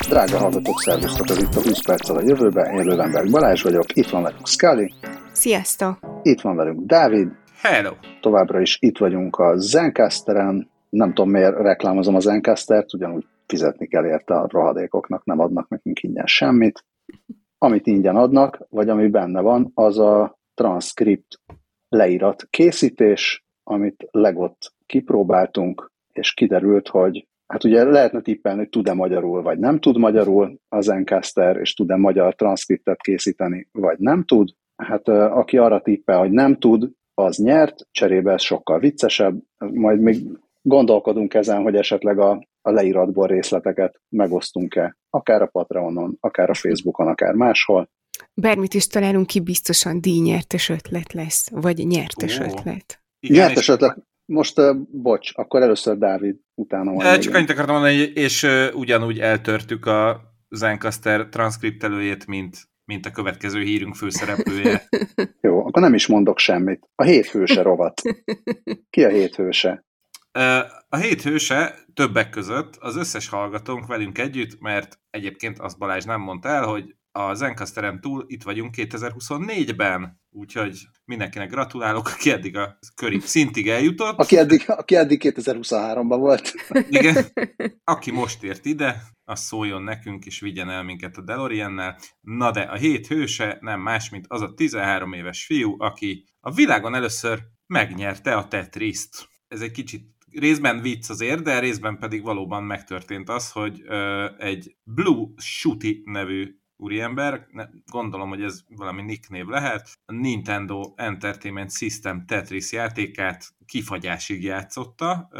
Drága hallgatók, szervusztok, ez itt a 20 perccel a jövőben, én Lövenberg Balázs vagyok, itt van velünk Scully. Sziasztok! Itt van velünk Dávid. Hello! Továbbra is itt vagyunk a Zenecasteren. Nem tudom, miért reklámozom a Zenecastert, ugyanúgy fizetni kell érte a rohadékoknak, nem adnak nekünk ingyen semmit. Amit ingyen adnak, vagy ami benne van, az a transzkript leírat készítés, amit legott kipróbáltunk, és kiderült, hogy hát ugye lehetne tippelni, hogy tud-e magyarul, vagy nem tud magyarul a Zenecaster, és tud-e magyar transzkriptet készíteni, vagy nem tud. Hát aki arra tippel, hogy nem tud, az nyert, cserébe ez sokkal viccesebb. Majd még gondolkodunk ezen, hogy esetleg a leíratból részleteket megosztunk-e, akár a Patreonon, akár a Facebookon, akár máshol. Bármit is találunk ki, biztosan díjnyertes ötlet lesz, vagy nyertes ötlet. Igen, nyertes ötlet. Most, bocs, akkor először Dávid, utána majd. Csak annyit akartam mondani, és ugyanúgy eltörtük a Zenecaster transzkriptelőjét, mint a következő hírünk főszereplője. Jó, akkor nem is mondok semmit. A 7 hőse rovat. Ki a 7 hőse? A 7 hőse többek között az összes hallgatónk velünk együtt, mert egyébként azt Balázs nem mondta el, hogy a Zenecasteren túl itt vagyunk 2024-ben, úgyhogy mindenkinek gratulálok, aki eddig a köri szintig eljutott. Aki eddig 2023-ban volt. Igen. Aki most ért ide, az szóljon nekünk, és vigyen el minket a DeLorean-nel. Na de a 7 hőse nem más, mint az a 13 éves fiú, aki a világon először megnyerte a Tetriszt. Ez egy kicsit részben vicc azért, de részben pedig valóban megtörtént az, hogy egy Blue Shooty nevű úriember, gondolom, hogy ez valami nicknév lehet, a Nintendo Entertainment System Tetris játékát kifagyásig játszotta.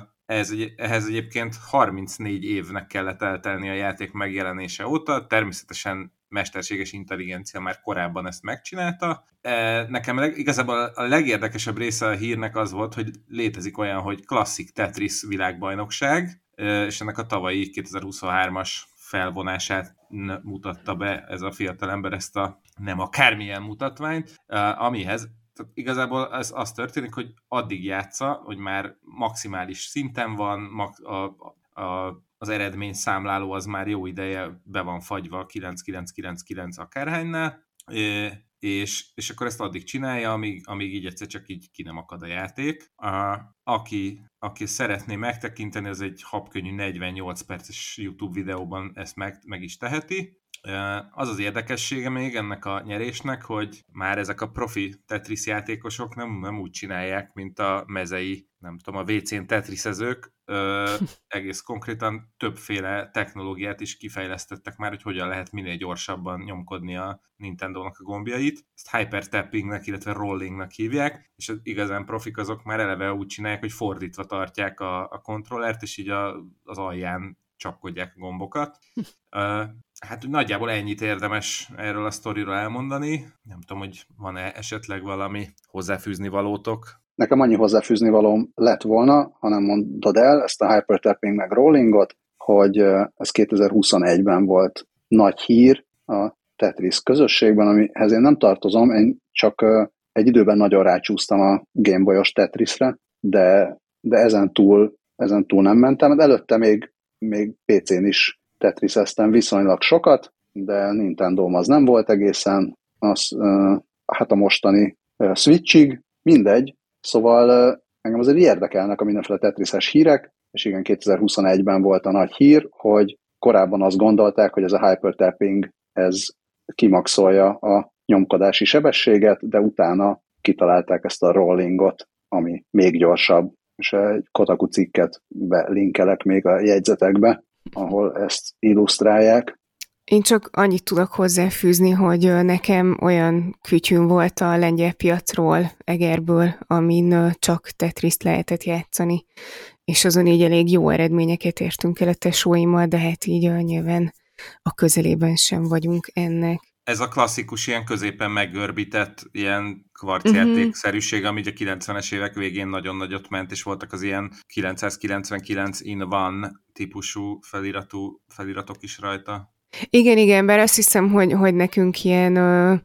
Ehhez egyébként 34 évnek kellett eltelni a játék megjelenése óta, természetesen mesterséges intelligencia már korábban ezt megcsinálta. Nekem igazából a legérdekesebb része a hírnek az volt, hogy létezik olyan, hogy klasszik Tetris világbajnokság, és ennek a tavalyi 2023-as felvonását mutatta be ez a fiatalember, ezt a nem akármilyen mutatványt, amihez igazából az történik, hogy addig játsza, hogy már maximális szinten van, az eredményszámláló az már jó ideje be van fagyva 9999 akárhánynál, és akkor ezt addig csinálja, amíg így egyszer csak így ki nem akad a játék. Aki szeretné megtekinteni, az egy habkönnyű 48 perces YouTube videóban ezt meg is teheti. Az az érdekessége még ennek a nyerésnek, hogy már ezek a profi Tetris játékosok nem úgy csinálják, mint a mezei, nem tudom, a WC-n tetrisezők. Egész konkrétan többféle technológiát is kifejlesztettek már, hogy hogyan lehet minél gyorsabban nyomkodni a Nintendónak a gombjait. Ezt hypertappingnek, illetve rollingnak hívják, és igazán profik azok már eleve úgy csinálják, hogy fordítva tartják a kontrollert, és így az alján csapkodják a gombokat. Hát nagyjából ennyit érdemes erről a sztoriról elmondani. Nem tudom, hogy van-e esetleg valami hozzáfűzni valótok? Nekem annyi hozzáfűzni valóm lett volna, hanem mondod el ezt a hypertapping meg rollingot, hogy ez 2021-ben volt nagy hír a Tetris közösségben, amihez én nem tartozom, én csak egy időben nagyon rácsúsztam a Gameboy-os Tetrisre, de ezen túl nem mentem, de előtte még PC-n is tetriseztem viszonylag sokat, de Nintendóm az nem volt egészen, hát a mostani Switchig, mindegy, szóval engem azért érdekelnek a mindenféle tetrises hírek, és igen, 2021-ben volt a nagy hír, hogy korábban azt gondolták, hogy ez a hypertapping, ez kimaxolja a nyomkodási sebességet, de utána kitalálták ezt a rollingot, ami még gyorsabb, és egy Kotaku cikket belinkelek még a jegyzetekbe, ahol ezt illusztrálják. Én csak annyit tudok hozzáfűzni, hogy nekem olyan kütyűm volt a lengyel piacról, Egerből, amin csak Tetriszt lehetett játszani, és azon így elég jó eredményeket értünk el a tesóimmal, de hát így nyilván a közelében sem vagyunk ennek. Ez a klasszikus ilyen középen meggörbített ilyen kvarcjátékszerűség, ami a 90-es évek végén nagyon nagyot ment, és voltak az ilyen 999 in one típusú feliratok is rajta. Igen, bár azt hiszem, hogy nekünk ilyen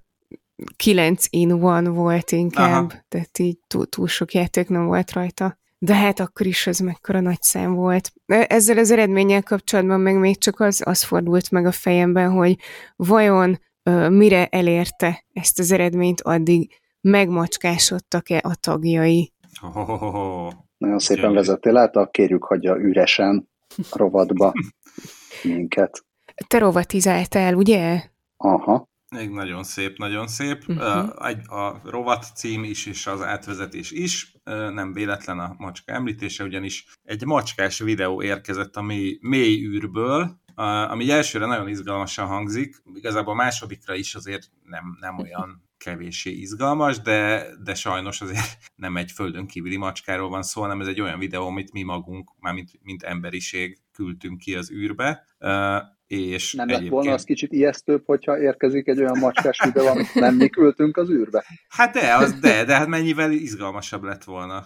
9 in one volt inkább, tehát így túl sok játék nem volt rajta. De hát akkor is ez mekkora nagy szám volt. Ezzel az eredménnyel kapcsolatban meg még csak az fordult meg a fejemben, hogy vajon mire elérte ezt az eredményt, addig megmacskásodtak-e a tagjai. Nagyon szépen vezettél át, kérjük, hagyja üresen a rovatba minket. Te rovatizáltál, ugye? Aha. Még nagyon szép, nagyon szép. A rovat cím is, és az átvezetés is. Nem véletlen a macska említése, ugyanis egy macskás videó érkezett a mély űrből, ami elsőre nagyon izgalmasan hangzik, igazából másodikra is azért nem olyan kevéssé izgalmas, de sajnos azért nem egy földön kívüli macskáról van szó, hanem ez egy olyan videó, amit mi magunk, mármint mint emberiség küldtünk ki az űrbe. És nem lett volna az kicsit ijesztőbb, hogyha érkezik egy olyan macskás videó, amit nem mi küldtünk az űrbe? Hát de hát mennyivel izgalmasabb lett volna.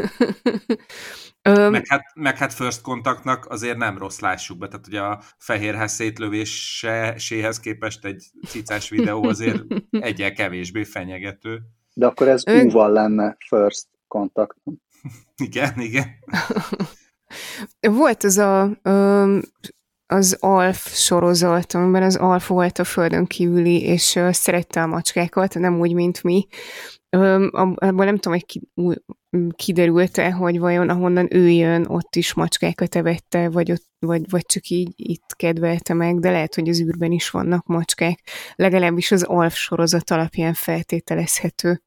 meg hát First Contactnak azért nem rossz, lássuk be, tehát ugye a Fehérház szétlövéséhez képest egy cicás videó azért egyel kevésbé fenyegető. De akkor ez U-val lenne First Contact. Igen. Volt az Alf sorozat, amiben az Alf volt a földön kívüli, és szerette a macskákat, nem úgy, mint mi. Abban nem tudom, hogy kiderült-e, hogy vajon ahonnan ő jön, ott is macskákat evette, vagy csak így itt kedvelte meg, de lehet, hogy az űrben is vannak macskák. Legalábbis az Alf sorozat alapján feltételezhető.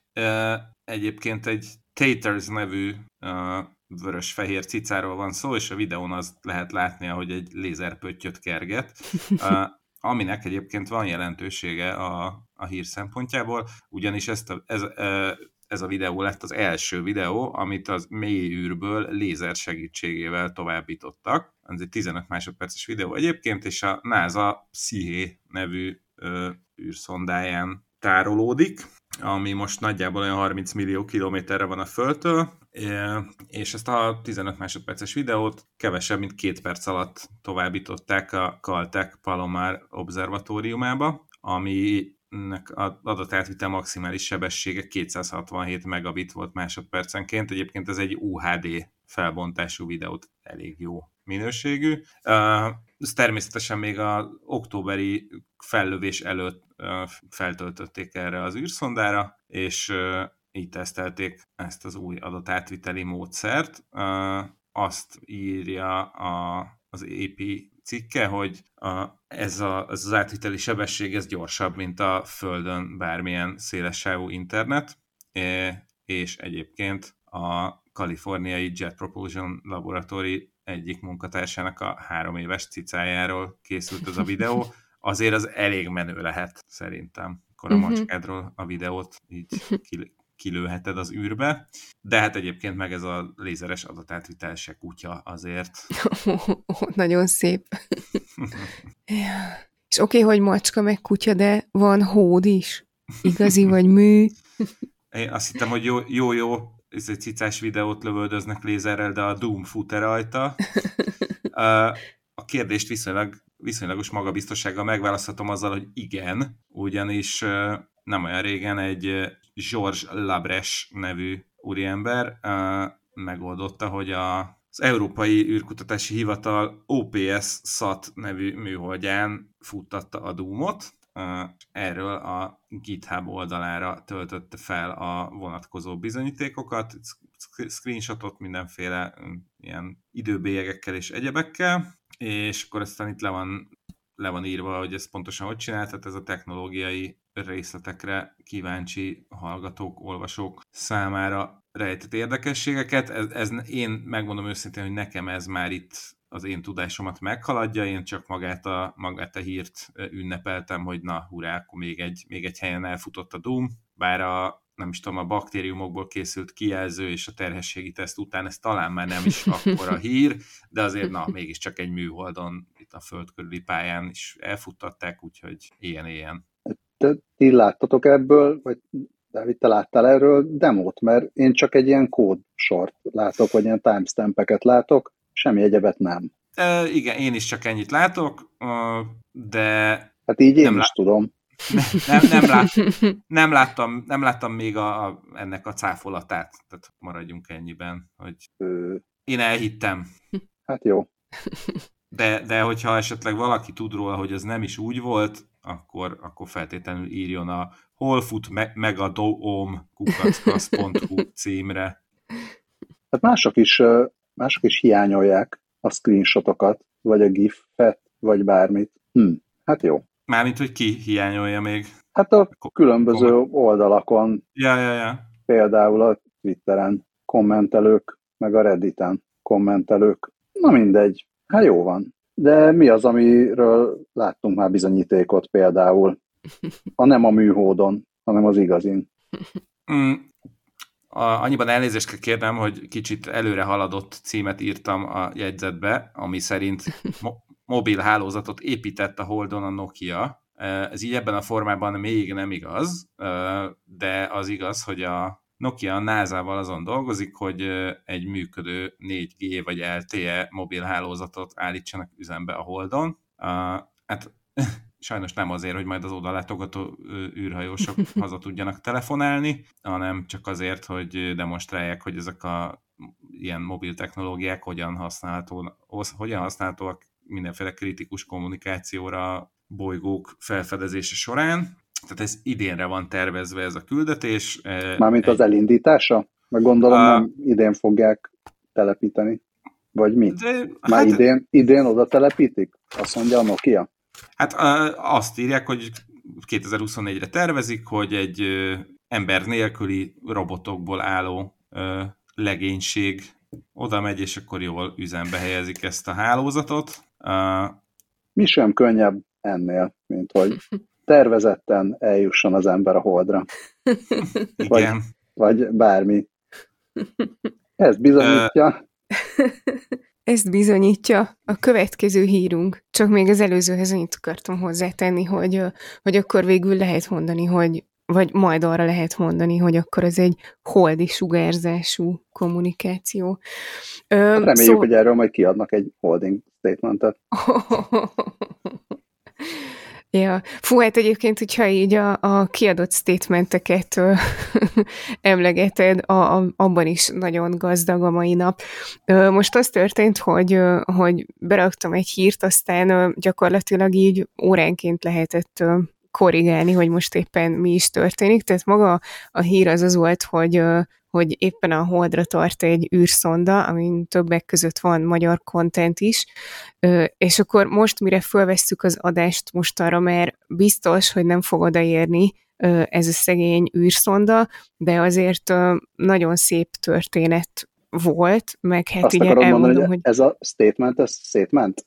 Egyébként egy Taters nevű vörös-fehér cicáról van szó, és a videón azt lehet látni, ahogy egy lézerpöttyöt kerget, aminek egyébként van jelentősége a hír szempontjából, ugyanis ez a videó lett az első videó, amit az mély űrből lézer segítségével továbbítottak. Ez egy 15 másodperces videó egyébként, és a NASA Psyche nevű űrszondáján tárolódik, ami most nagyjából olyan 30 millió kilométerre van a Földtől, és ezt a 15 másodperces videót kevesebb, mint 2 perc alatt továbbították a Caltech Palomar obszervatóriumába, aminek az adatátvitel maximális sebessége 267 megabit volt másodpercenként. Egyébként ez egy UHD felbontású videót, elég jó minőségű. Ez természetesen még az októberi fellövés előtt feltöltötték erre az űrszondára, és így tesztelték ezt az új adatátviteli módszert. Azt írja az AP cikke, hogy ez az átviteli sebesség ez gyorsabb, mint a Földön bármilyen szélessávú internet, és egyébként a kaliforniai Jet Propulsion Laboratory egyik munkatársának a 3 éves cicájáról készült ez a videó. Azért az elég menő lehet, szerintem, akkor a macskádról a videót így kilőheted az űrbe, de hát egyébként meg ez a lézeres adatátvitel se kutya azért. Nagyon szép. És oké, hogy macska meg kutya, de van hód is? Igazi vagy mű? Én azt hittem, hogy jó, ez egy cicás videót lövöldöznek lézerrel, de a Doom fut rajta. A kérdést viszonylagos magabiztossággal megválaszthatom azzal, hogy igen, ugyanis nem olyan régen egy Georges Labreche nevű úriember megoldotta, hogy az Európai űrkutatási Hivatal OPS-SAT nevű műholdján futtatta a Doomot. Erről a GitHub oldalára töltötte fel a vonatkozó bizonyítékokat, screenshotot mindenféle ilyen időbélyegekkel és egyebekkel, és akkor aztán itt le van írva, hogy ez pontosan hogy csinált, tehát ez a technológiai részletekre kíváncsi hallgatók, olvasók számára rejtett érdekességeket. Én megmondom őszintén, hogy nekem ez már itt az én tudásomat meghaladja, én csak magát a hírt ünnepeltem, hogy na, hurrá, akkor még egy helyen elfutott a Doom, bár nem is tudom, a baktériumokból készült kijelző és a terhességi teszt után ez talán már nem is akkora hír, de azért mégiscsak egy műholdon itt a föld körüli pályán is elfuttatták, úgyhogy ilyen. Ti láttatok ebből, vagy Dávid, te láttál erről demót? Mert én csak egy ilyen kódsort látok, vagy ilyen timestampeket látok, semmi egyebet nem. Igen, én is csak ennyit látok, de... Hát így én is tudom. Nem láttam még ennek a cáfolatát, tehát maradjunk ennyiben, hogy én elhittem. Hát jó. De hogyha esetleg valaki tud róla, hogy ez nem is úgy volt, akkor feltétlenül írjon a holfut-megadom-kukac.hu címre. Hát mások is hiányolják a screenshotokat, vagy a gif-et, vagy bármit. Hát jó. Mármint, hogy ki hiányolja még? Hát a különböző oldalakon, Ja. például a Twitteren kommentelők, meg a Redditen kommentelők. Na mindegy, hát jó van. De mi az, amiről láttunk már bizonyítékot például? Nem a műholdon, hanem az igazin. Annyiban elnézést kell kérnem, hogy kicsit előre haladott címet írtam a jegyzetbe, ami szerint mobil hálózatot épített a Holdon a Nokia. Ez így ebben a formában még nem igaz, de az igaz, hogy a Nokia a NASA-val azon dolgozik, hogy egy működő 4G vagy LTE mobil hálózatot állítsanak üzembe a Holdon. Hát sajnos nem azért, hogy majd az oda látogató űrhajósok haza tudjanak telefonálni, hanem csak azért, hogy demonstrálják, hogy ezek a ilyen mobil technológiák hogyan használhatóak mindenféle kritikus kommunikációra bolygók felfedezése során. Tehát ez idénre van tervezve ez a küldetés. Mármint az elindítása? Meg gondolom nem idén fogják telepíteni. Vagy mi? Már idén oda telepítik? Azt mondja a Nokia? Hát azt írják, hogy 2024-re tervezik, hogy egy ember nélküli robotokból álló legénység oda megy, és akkor jól üzembe helyezik ezt a hálózatot. Mi sem könnyebb ennél, mint hogy tervezetten eljusson az ember a Holdra. Igen. Vagy bármi. Ez bizonyítja. Ezt bizonyítja a következő hírunk. Csak még az előzőhez annyit akartam hozzátenni, hogy akkor végül lehet mondani, vagy majd arra lehet mondani, hogy akkor ez egy holdi sugárzású kommunikáció. Reméljük, hogy erről majd kiadnak egy holding statementet. Ja. Fú, hát egyébként, hogyha így a kiadott statementeket emlegeted, abban is nagyon gazdag a mai nap. Most az történt, hogy beraktam egy hírt, aztán gyakorlatilag így óránként lehetett korrigálni, hogy most éppen mi is történik. Tehát maga a hír az volt, hogy éppen a Holdra tart egy űrszonda, amin többek között van magyar content is, és akkor most, mire fölvesszük az adást mostanra, mert biztos, hogy nem fog odaérni ez a szegény űrszonda, de azért nagyon szép történet volt, meg hát azt így elmondom, mondani, hogy ez a statement, ez szétment?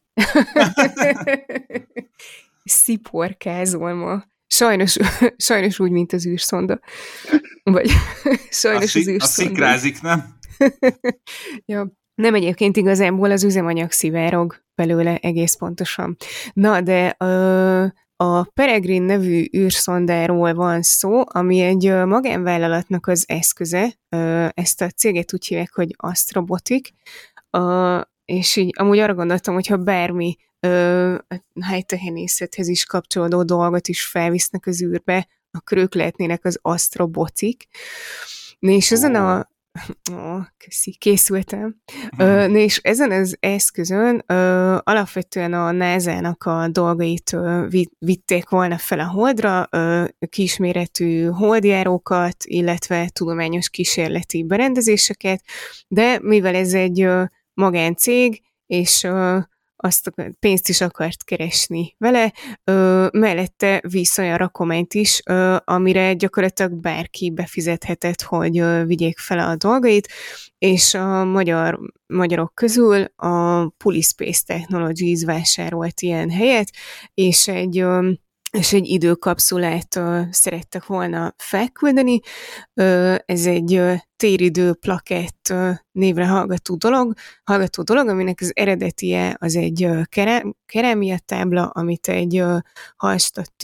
Sziporkázol ma. Sajnos úgy, mint az űrszonda. Vagy sajnos az űrszonda. A szikrázik, nem? Ja. Nem, egyébként igazából az üzemanyag szivárog belőle egész pontosan. Na, de a Peregrine nevű űrszondáról van szó, ami egy magánvállalatnak az eszköze. Ezt a céget úgy hívják, hogy Astrobotic, és így amúgy arra gondoltam, hogyha bármi helytehenészethez is kapcsolódó dolgot is felvisznek az űrbe, akkor ők lehetnének az Astrobotic. És ezen köszi, készültem. És ezen az eszközön alapvetően a NASA-nak a dolgait vitték volna fel a Holdra, kisméretű holdjárókat, illetve tudományos kísérleti berendezéseket, de mivel ez egy magáncég, és azt a pénzt is akart keresni vele, mellette visz olyan rakományt is, amire gyakorlatilag bárki befizethetett, hogy vigyék fel a dolgait, és a magyarok közül a Pulispace Technologies vásárolt ilyen helyet, és egy időkapszulát szerettek volna felküldeni. Ez egy téridő plakett névre hallgató dolog, aminek az eredetie az egy kerámia tábla, amit egy hallstatti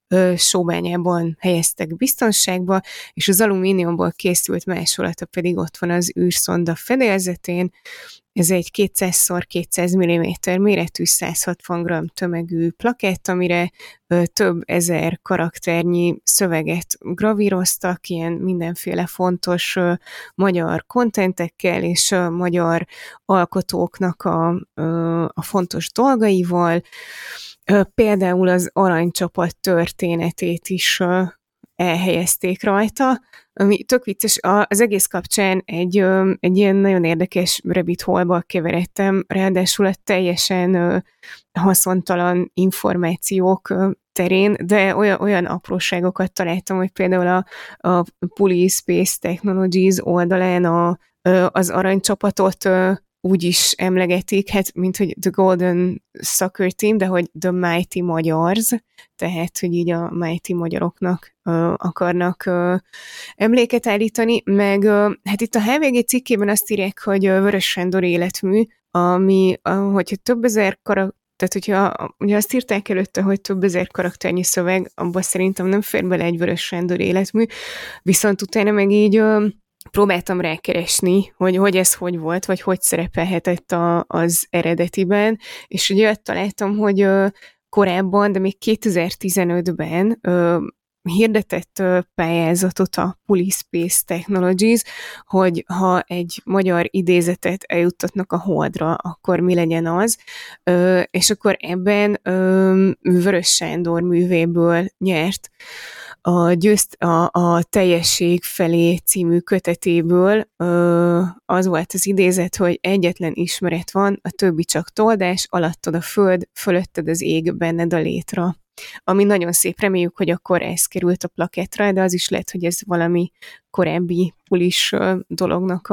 sóbányában helyeztek biztonságba, és az alumíniumból készült másolata pedig ott van az űrszonda fedélzetén. Ez egy 200x200 mm méretű 160 g tömegű plakett, amire több ezer karakternyi szöveget gravíroztak, ilyen mindenféle fontos magyar kontentekkel és magyar alkotóknak a fontos dolgaival. Például az aranycsapat történetét is elhelyezték rajta, ami tök vicces. Az egész kapcsán egy ilyen nagyon érdekes rabbit hole-ba keveredtem, ráadásul a teljesen haszontalan információk terén, de olyan apróságokat találtam, hogy például a Police Space Technologies oldalán az aranycsapatot úgy is emlegetik, hát mint hogy The Golden Soccer Team, de hogy The Mighty Magyars, tehát hogy így a Mighty magyaroknak akarnak emléket állítani, meg hát itt a HVG cikkében azt írják, hogy Vörös Sándor életmű, ami, hogyha több ezer tehát hogyha ugye azt írták előtte, hogy több ezer karakternyi szöveg, abban szerintem nem fér bele egy Vörös Sándor életmű, viszont utána meg így próbáltam rákeresni, hogy ez hogy volt, vagy hogy szerepelhetett az eredetiben, és ugye ott találtam, hogy korábban, de még 2015-ben hirdetett pályázatot a Police Space Technologies, hogy ha egy magyar idézetet eljuttatnak a Holdra, akkor mi legyen az, és akkor ebben Vörös Sándor művéből nyert a Teljesség felé című kötetéből az volt az idézet, hogy egyetlen ismeret van, a többi csak toldás, alattad a föld, fölötted az ég, benned a létra. Ami nagyon szép, reméljük, hogy akkor ez került a plakettra, de az is lehet, hogy ez valami korábbi pulis dolognak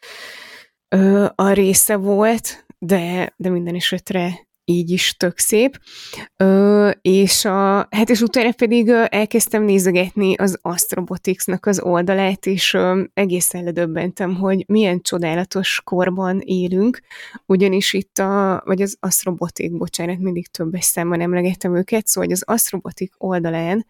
a része volt, de minden esetre így is tök szép. És utána pedig elkezdtem nézegetni az Astrobotics-nak az oldalát, és egészen ledöbbentem, hogy milyen csodálatos korban élünk, ugyanis itt vagy az Astrobotic, bocsánat, mindig többes számban emlegettem őket, szóval az Astrobotic oldalán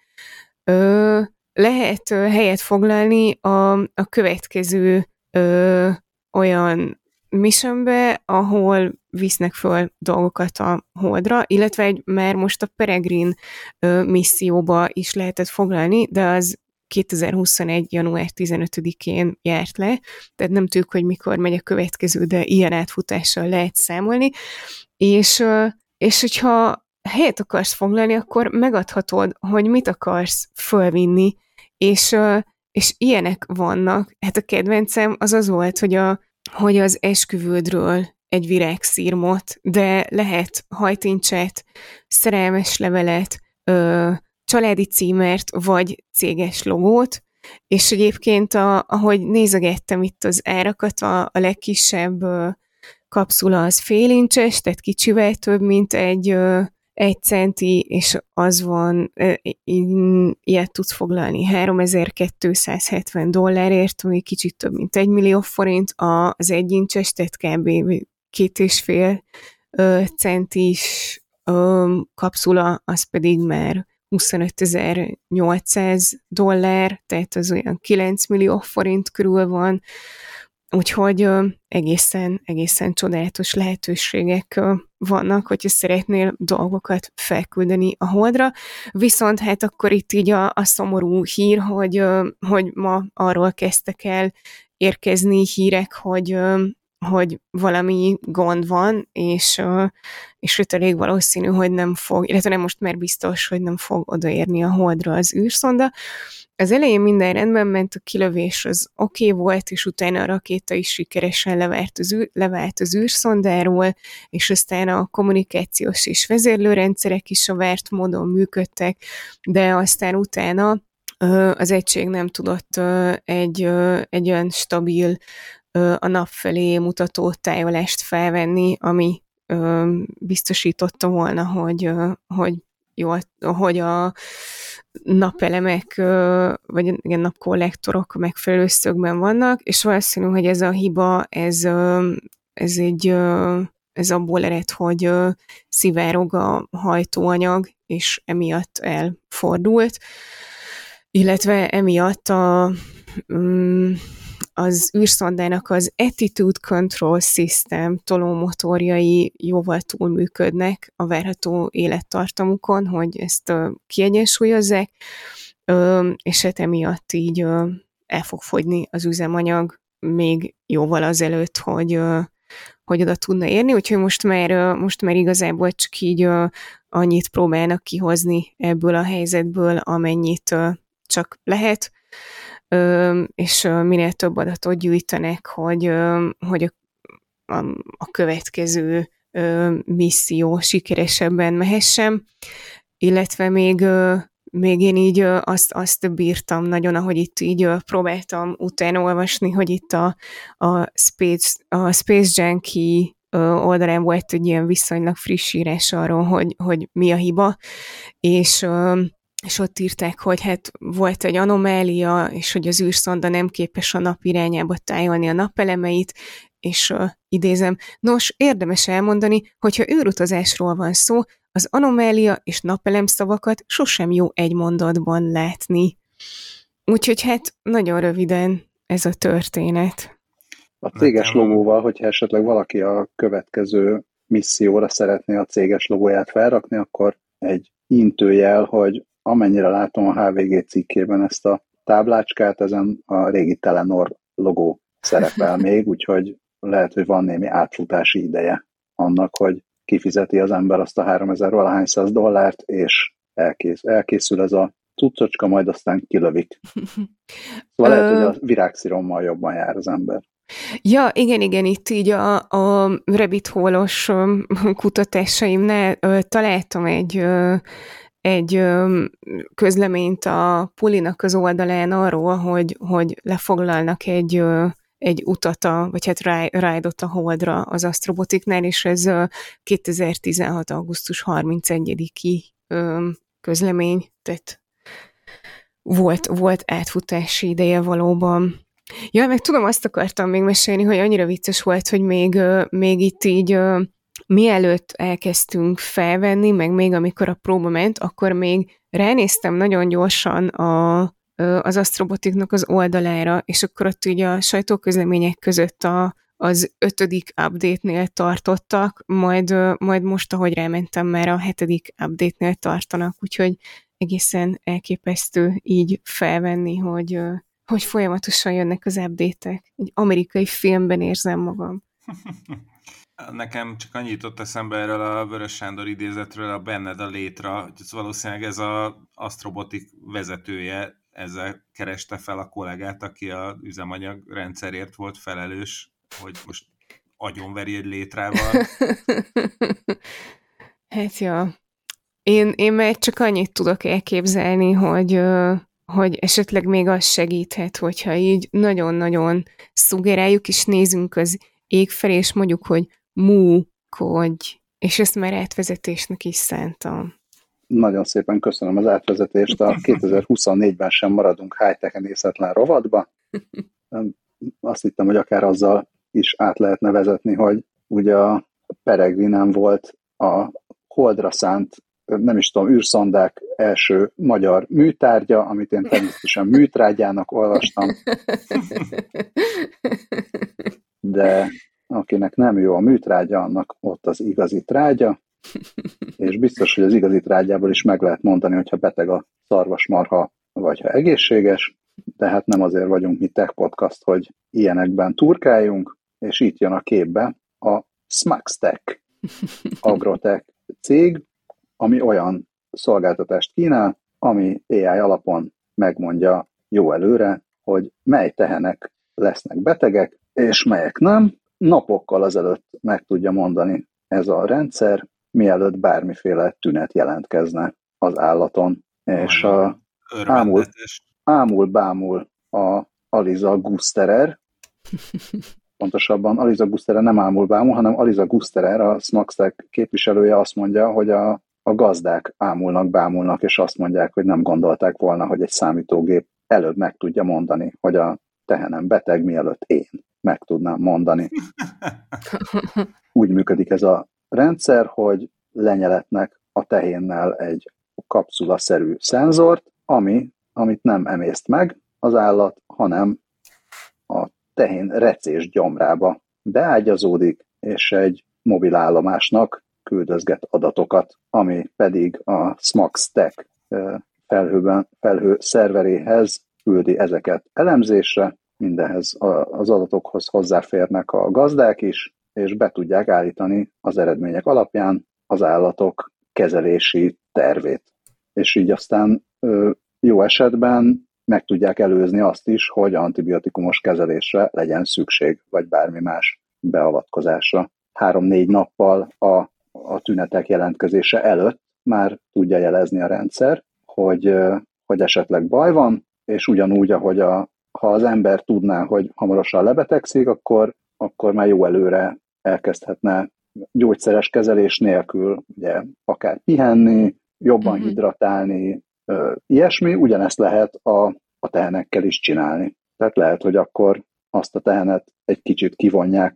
lehet helyet foglalni a következő olyan missionbe, ahol visznek föl dolgokat a Holdra, illetve már most a Peregrine misszióba is lehetett foglalni, de az 2021. január 15-én járt le, tehát nem tudjuk, hogy mikor megy a következő, de ilyen átfutással lehet számolni, és hogyha helyet akarsz foglalni, akkor megadhatod, hogy mit akarsz fölvinni, és ilyenek vannak. Hát a kedvencem az volt, hogy az esküvődről egy virágszirmot, de lehet hajtincset, szerelmes levelet, családi címert, vagy céges logót, és egyébként ahogy nézegettem itt az árakat, a legkisebb kapszula az félincses, tehát kicsivel több, mint egy centi, és az van, ilyet tudsz foglalni $3270, ami kicsit több, mint 1 millió forint, az egyincses, tehát kb. 2,5 centis kapszula, az pedig már $25,800, tehát az olyan 9 millió forint körül van, úgyhogy egészen csodálatos lehetőségek vannak, hogyha szeretnél dolgokat felküldeni a Holdra. Viszont hát akkor itt így a szomorú hír, hogy ma arról kezdtek el érkezni hírek, hogy valami gond van, és őt elég valószínű, hogy nem fog, illetve nem most már biztos, hogy nem fog odaérni a Holdra az űrszonda. Az elején minden rendben ment, a kilövés az oké volt, és utána a rakéta is sikeresen levált az űrszondáról, és aztán a kommunikációs és vezérlőrendszerek is a várt módon működtek, de aztán utána az egység nem tudott egy olyan stabil, a nap felé mutató tájolást felvenni, ami biztosította volna, hogy a napelemek, vagy igen, napkollektorok megfelelő szögben vannak, és valószínű, hogy ez a hiba, ez egy ez abból ered, hogy szivárog a hajtóanyag, és emiatt elfordult, illetve emiatt az űrszondának az Attitude Control System tolómotorjai jóval túlműködnek a várható élettartamukon, hogy ezt kiegyensúlyozzák, és hát emiatt így el fog fogyni az üzemanyag még jóval azelőtt, hogy oda tudna érni, úgyhogy most már igazából csak így annyit próbálnak kihozni ebből a helyzetből, amennyit csak lehet, és minél több adatot gyűjtenek, hogy a következő misszió sikeresebben mehessen, illetve még én így azt bírtam nagyon, ahogy itt így próbáltam utána olvasni, hogy itt a Space Junkie oldalán volt egy ilyen viszonylag friss írás arról, hogy mi a hiba, és ott írták, hogy hát volt egy anomália, és hogy az űrszonda nem képes a nap irányába tájolni a napelemeit, és idézem, nos, érdemes elmondani, hogyha űrutazásról van szó, az anomália és napelem szavakat sosem jó egy mondatban látni. Úgyhogy hát nagyon röviden ez a történet. A céges logóval, hogyha esetleg valaki a következő misszióra szeretné a céges logóját felrakni, akkor egy intőjel, hogy amennyire látom a HVG cikkében ezt a táblácskát, ezen a régi Telenor logó szerepel még, úgyhogy lehet, hogy van némi átfutási ideje annak, hogy kifizeti az ember azt a 3000-valahány dollárt, és elkészül ez a cuccocska, majd aztán kilövik. Szóval lehet, hogy a virágszirommal jobban jár az ember. Ja, igen, itt így a rabbit hole-os kutatásaimnál találtam egy közleményt a Pulinak az oldalán arról, hogy lefoglalnak egy utat, vagy hát ride-ot a Holdra az Astrobotiknál, és ez 2016. augusztus 31-i közlemény, tehát volt átfutási ideje valóban. Ja, meg tudom, azt akartam még mesélni, hogy annyira vicces volt, hogy még itt így mielőtt elkezdtünk felvenni, meg még amikor a próba ment, akkor még ránéztem nagyon gyorsan az Astrobotiknak az oldalára, és akkor ott így a sajtóközlemények között az 5. update-nél tartottak, majd most, ahogy rámentem, már a 7. update-nél tartanak, úgyhogy egészen elképesztő így felvenni, hogy folyamatosan jönnek az update-ek. Egy amerikai filmben érzem magam. Nekem csak annyit jutott eszembe erről a Vörös Sándor idézetről, a Benned a létra, hogy valószínűleg ez az Astrobotik vezetője ezzel kereste fel a kollégát, aki az üzemanyag rendszerért volt felelős, hogy most agyonveri egy létrával. Hát ja. Én meg csak annyit tudok elképzelni, hogy esetleg még az segíthet, hogyha így nagyon-nagyon szugeráljuk, és nézünk az ég felé, és mondjuk, hogy múkodj, és ezt már átvezetésnek is szántam. Nagyon szépen köszönöm az átvezetést. A 2024-ben sem maradunk high-tech-enészetlen rovatba. Azt hittem, hogy akár azzal is át lehetne vezetni, hogy ugye a Peregrinen volt a Holdra szánt, nem is tudom, űrszondák első magyar műtárgya, amit én természetesen műtrágyának olvastam. De akinek nem jó a műtrágya, annak ott az igazi trágya, és biztos, hogy az igazi trágyából is meg lehet mondani, hogyha beteg a szarvasmarha, vagy ha egészséges, de hát nem azért vagyunk mi Tech Podcast, hogy ilyenekben turkáljunk, és itt jön a képbe a Smaxtech agrotech cég, ami olyan szolgáltatást kínál, ami AI alapon megmondja jó előre, hogy mely tehenek lesznek betegek, és melyek nem. Napokkal azelőtt meg tudja mondani ez a rendszer, mielőtt bármiféle tünet jelentkezne az állaton. És ámul-bámul a Aliza Gusterer, pontosabban Aliza Gusterer nem ámul-bámul, hanem Aliza Gusterer, a Smaxtech képviselője azt mondja, hogy a gazdák ámulnak-bámulnak, és azt mondják, hogy nem gondolták volna, hogy egy számítógép előbb meg tudja mondani, hogy a tehenem beteg, mielőtt én. meg tudnám mondani. Úgy működik ez a rendszer, hogy lenyeletnek a tehénnel egy kapszulaszerű szenzort, amit nem emészt meg az állat, hanem a tehén recés gyomrába beágyazódik, és egy mobilállomásnak küldözget adatokat, ami pedig a SMAC-Stack felhő szerveréhez küldi ezeket elemzésre, mindenhez az adatokhoz hozzáférnek a gazdák is, és be tudják állítani az eredmények alapján az állatok kezelési tervét. És így aztán jó esetben meg tudják előzni azt is, hogy antibiotikumos kezelésre legyen szükség, vagy bármi más beavatkozásra. 3-4 nappal a tünetek jelentkezése előtt már tudja jelezni a rendszer, hogy esetleg baj van, és ugyanúgy, ahogy ha az ember tudná, hogy hamarosan lebetegszik, akkor már jó előre elkezdhetne gyógyszeres kezelés nélkül, ugye, akár pihenni, jobban hidratálni, ilyesmi, ugyanezt lehet a tehenekkel is csinálni. Tehát lehet, hogy akkor azt a tehenet egy kicsit kivonják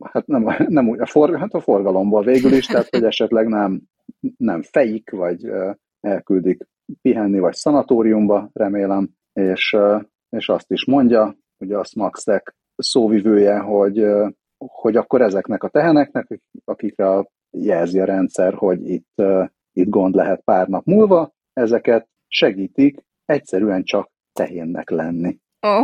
a forgalomból végül is, tehát hogy esetleg nem fejik, vagy elküldik pihenni, vagy szanatóriumba, remélem, és azt is mondja, ugye a SMAC-Stack szóvivője, hogy akkor ezeknek a teheneknek, akikre jelzi a rendszer, hogy itt gond lehet pár nap múlva, ezeket segítik egyszerűen csak tehénnek lenni.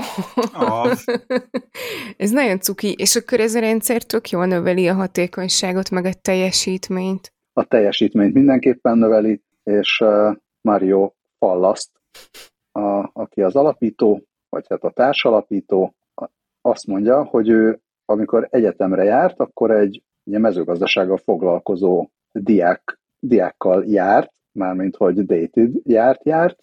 Ez nagyon cuki, és akkor ez a rendszer tök jól növeli a hatékonyságot, meg a teljesítményt. A teljesítményt mindenképpen növeli, és Mario Fallaszt, aki az alapító, vagy hát a társalapító, azt mondja, hogy ő, amikor egyetemre járt, akkor egy mezőgazdasággal foglalkozó diákkal járt, mármint hogy dated járt,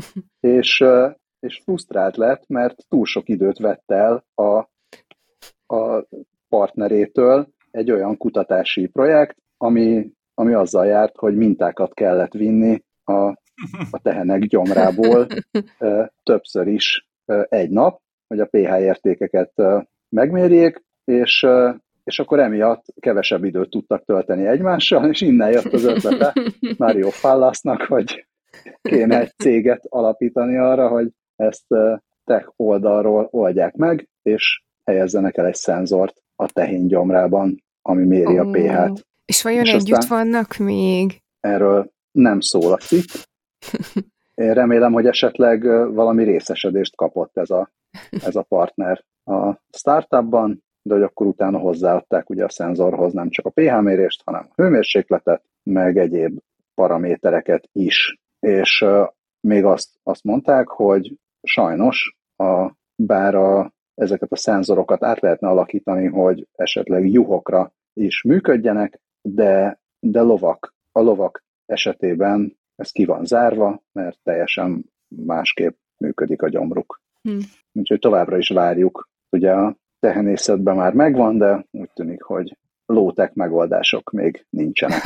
és frusztrált lett, mert túl sok időt vett el a partnerétől egy olyan kutatási projekt, ami azzal járt, hogy mintákat kellett vinni a tehenek gyomrából többször is egy nap, hogy a pH értékeket megmérjék, és akkor emiatt kevesebb időt tudtak tölteni egymással, és innen jött az ötlete Mario Fallasnak, hogy kéne egy céget alapítani arra, hogy ezt tech oldalról oldják meg, és helyezzenek el egy szenzort a tehén gyomrában, ami méri a pH-t. És vajon együtt vannak még? Erről nem szól a cikk. Én remélem, hogy esetleg valami részesedést kapott ez a partner a startupban, de hogy akkor utána hozzáadták ugye a szenzorhoz nem csak a pH mérést, hanem a hőmérsékletet, meg egyéb paramétereket is. És még azt mondták, hogy sajnos, bár ezeket a szenzorokat át lehetne alakítani, hogy esetleg juhokra is működjenek, de a lovak esetében ez ki van zárva, mert teljesen másképp működik a gyomruk. Úgyhogy továbbra is várjuk. Ugye a tehenészetben már megvan, de úgy tűnik, hogy low-tech megoldások még nincsenek.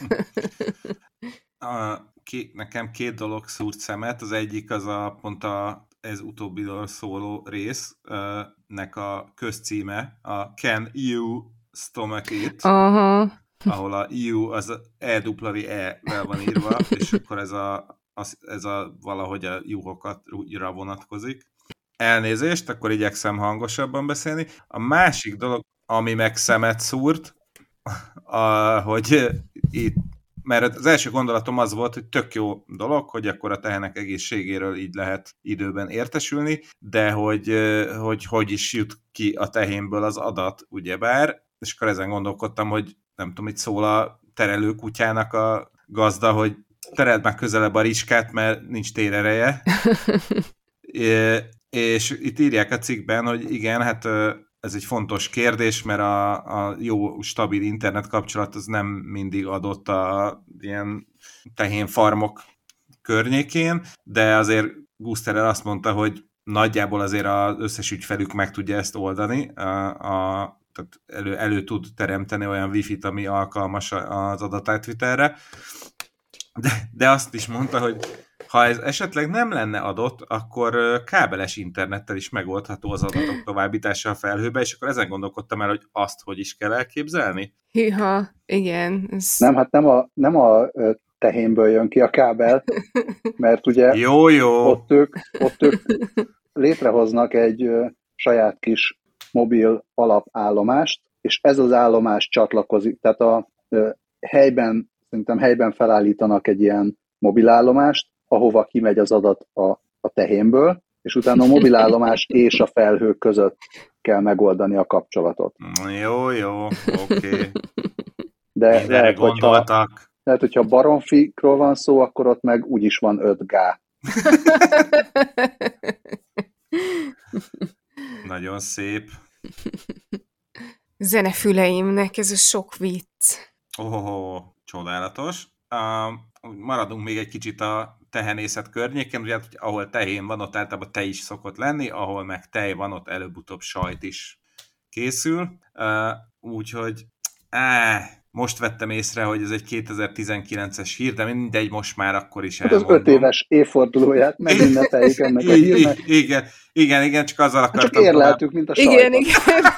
Nekem 2 dolog szúrt szemet. Az egyik az pont ez utóbbiról szóló résznek a közcíme, a Can You Stomach It? Aha. Ahol a EU az EWE-vel van írva, és akkor ez valahogy a juhokra vonatkozik. Elnézést, akkor igyekszem hangosabban beszélni. A másik dolog, ami meg szemet szúrt, hogy itt, mert az első gondolatom az volt, hogy tök jó dolog, hogy akkor a tehenek egészségéről így lehet időben értesülni, de hogy is jut ki a tehénből az adat, ugyebár, és akkor ezen gondolkodtam, hogy nem tudom, itt szól a terelő kutyának a gazda, hogy tereld már közelebb a ricskát, mert nincs térereje. És itt írják a cikkben, hogy igen, hát ez egy fontos kérdés, mert a jó, stabil internet kapcsolat az nem mindig adott a ilyen tehénfarmok környékén, de azért Gusterer azt mondta, hogy nagyjából azért az összes ügyfelük meg tudja ezt oldani, tehát elő tud teremteni olyan wifi-t, ami alkalmas az adatátvitelre. De azt is mondta, Ha ez esetleg nem lenne adott, akkor kábeles internettel is megoldható az adatok továbbítása a felhőbe, és akkor ezen gondolkodtam el, hogy azt hogy is kell elképzelni. Hűha, igen. Nem, hát nem a tehénből jön ki a kábel, mert ugye Jó. Ott ők létrehoznak egy saját kis mobil alapállomást, és ez az állomás csatlakozik, tehát szerintem helyben felállítanak egy ilyen mobilállomást, ahova kimegy az adat a tehénből, és utána a mobilállomás és a felhő között kell megoldani a kapcsolatot. Jó, oké. De lehet, gondoltak. hogyha baromfikról van szó, akkor ott meg úgyis van 5G. Nagyon szép. Zenefüleimnek ez a sok vicc. Csodálatos. Maradunk még egy kicsit a tehenészet környéken, ugye ahol tehén van, ott általában tej is szokott lenni, ahol meg tej van, ott előbb-utóbb sajt is készül. Úgyhogy most vettem észre, hogy ez egy 2019-es hír, de mindegy, most már akkor is elmondom. Az 5 éves évfordulóját megünnepeljük ennek a hírnek. Igen, csak azzal akartam... Csak érleltük, mint a sajtot. Igen.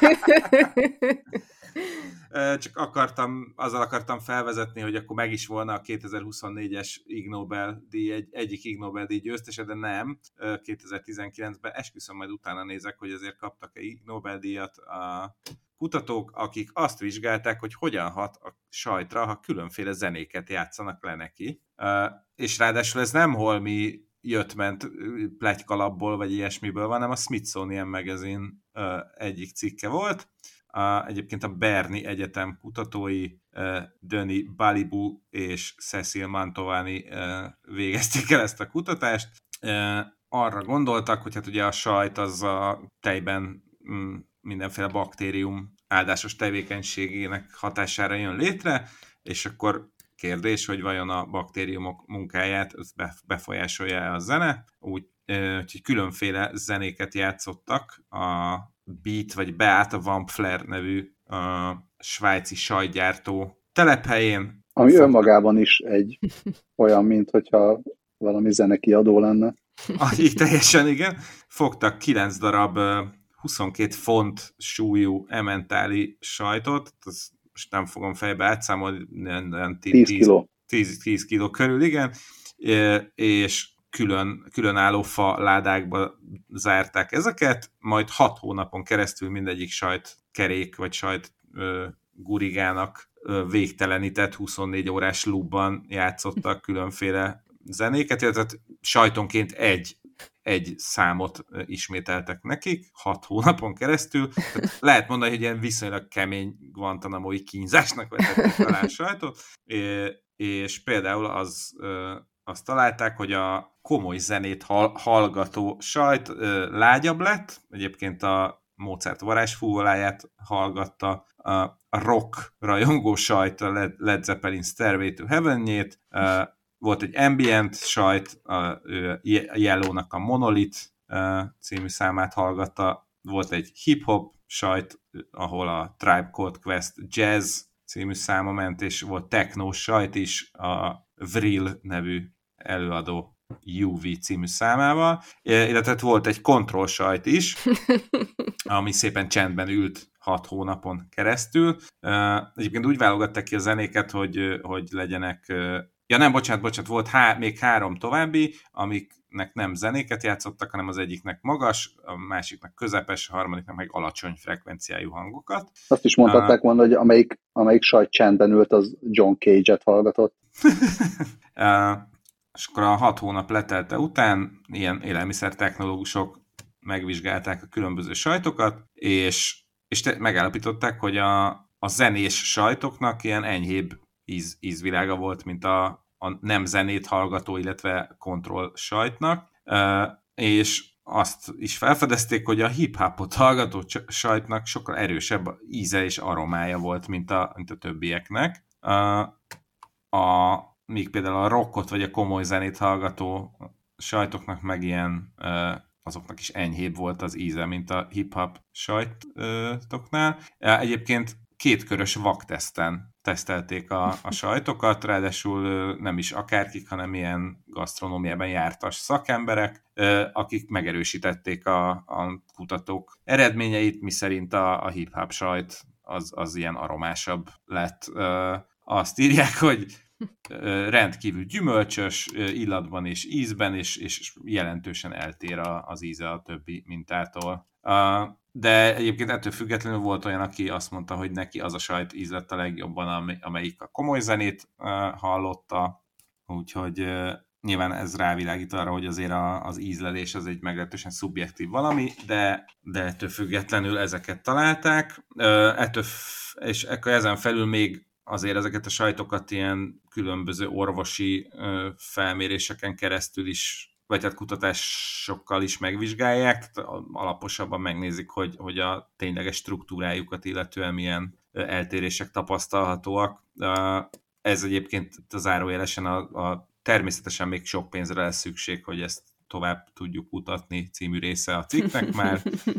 Csak azzal akartam felvezetni, hogy akkor meg is volna a 2024-es Ig Nobel-díj, egyik Ig Nobel-díj győztese, de nem. 2019-ben esküszöm, majd utána nézek, hogy azért kaptak-e Ig Nobel-díjat a kutatók, akik azt vizsgálták, hogy hogyan hat a sajtra, ha különféle zenéket játszanak le neki. És ráadásul ez nem holmi jött-ment pletykalapból, vagy ilyesmiből van, hanem a Smithsonian Magazine egyik cikke volt. Egyébként a Berni Egyetem kutatói Denis Balibu és Cecil Mantovani végezték el ezt a kutatást. Arra gondoltak, hogy hát ugye a sajt az a tejben mindenféle baktérium áldásos tevékenységének hatására jön létre, és akkor kérdés, hogy vajon a baktériumok munkáját befolyásolja a zene, úgyhogy különféle zenéket játszottak a Beat vagy Beat, a Wampfler nevű svájci sajtgyártó telephelyén. Ami önmagában is egy olyan, mint hogyha valami zenekiadó lenne. Így teljesen, igen. Fogtak 9 darab 22 font súlyú ementáli sajtot, azt most nem fogom fejbe átszámolni, 10 kiló körül, igen, és különálló fa ládákba zárták ezeket, majd 6 hónapon keresztül mindegyik sajtkerék vagy sajt gurigának végtelenített 24 órás loopban játszottak különféle zenéket, tehát sajtonként egy számot ismételtek nekik 6 hónapon keresztül. Tehát lehet mondani, hogy ilyen viszonylag kemény guantanamoi kínzásnak vetették talán sajtot, és például azt találták, hogy a komoly zenét hallgató sajt lágyabb lett, egyébként a Mozart varázsfúvoláját hallgatta, a rock rajongó sajt, a Led Zeppelin Stairway to Heaven-jét, volt egy ambient sajt, a Yellow-nak a Monolith című számát hallgatta, volt egy hip-hop sajt, ahol a Tribe Called Quest Jazz című száma ment, és volt techno sajt is, a Vril nevű előadó UV című számával, illetve volt egy kontroll sajt is, ami szépen csendben ült 6 hónapon keresztül. Egyébként úgy válogatták ki a zenéket, hogy legyenek... Ja nem, bocsánat, volt még 3 további, amiknek nem zenéket játszottak, hanem az egyiknek magas, a másiknak közepes, a harmadiknak meg alacsony frekvenciájú hangokat. Azt is mondhatták volna, hogy amelyik sajt csendben ült, az John Cage-et hallgatott. És akkor a 6 hónap letelte után ilyen élelmiszertechnológusok megvizsgálták a különböző sajtokat, és megállapították, hogy a zenés sajtoknak ilyen enyhébb ízvilága volt, mint a nem zenét hallgató, illetve kontroll sajtnak, és azt is felfedezték, hogy a hip-hopot hallgató sajtnak sokkal erősebb íze és aromája volt, mint a többieknek. Míg például a rockot vagy a komoly zenét hallgató sajtoknak meg ilyen azoknak is enyhébb volt az íze, mint a hip-hop sajtoknál. Egyébként 2 körös vakteszten tesztelték a sajtokat, ráadásul nem is akárkik, hanem ilyen gasztronómiában jártas szakemberek, akik megerősítették a kutatók eredményeit, miszerint a hip-hop sajt az ilyen aromásabb lett. Azt írják, hogy rendkívül gyümölcsös illatban és ízben, és jelentősen eltér az íze a többi mintától. De egyébként ettől függetlenül volt olyan, aki azt mondta, hogy neki az a sajt ízlett a legjobban, amelyik a komoly zenét hallotta, úgyhogy nyilván ez rávilágít arra, hogy azért az ízlelés az egy meglehetősen szubjektív valami, de ettől függetlenül ezeket találták, és akkor ezen felül még azért ezeket a sajtokat ilyen különböző orvosi felméréseken keresztül is, vagy hát kutatásokkal is megvizsgálják, tehát alaposabban megnézik, hogy a tényleges struktúrájukat illetően milyen eltérések tapasztalhatóak. Ez egyébként zárójelesen természetesen még sok pénzre lesz szükség, hogy ezt tovább tudjuk kutatni című része a cikknek már,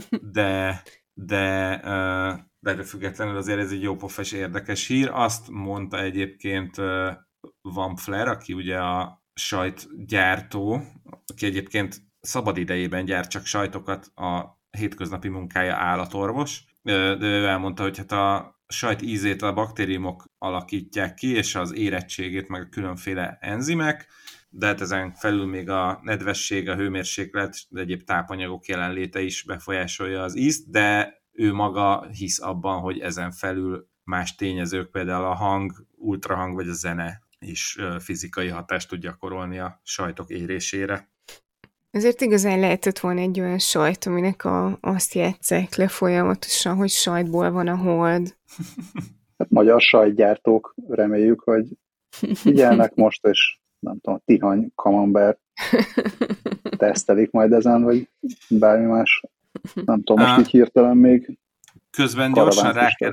de függetlenül azért ez egy jópofás érdekes hír. Azt mondta egyébként Van Flair, aki ugye a sajtgyártó, aki egyébként szabad idejében gyárt csak sajtokat, a hétköznapi munkája állatorvos, de ő elmondta, hogy hát a sajt ízét a baktériumok alakítják ki, és az érettségét meg a különféle enzimek, de hát ezen felül még a nedvesség, a hőmérséklet, de egyéb tápanyagok jelenléte is befolyásolja az ízt, de ő maga hisz abban, hogy ezen felül más tényezők, például a hang, ultrahang vagy a zene is fizikai hatást tud gyakorolni a sajtok érésére. Ezért igazán lehetett volna egy olyan sajt, aminek azt játsszák le folyamatosan, hogy sajtból van a hold. Hát magyar sajtgyártók, reméljük, hogy figyelnek most, és nem tudom, tihany, camembert tesztelik majd ezen, vagy bármi más. Nem tudom, most így hirtelen még közben gyorsan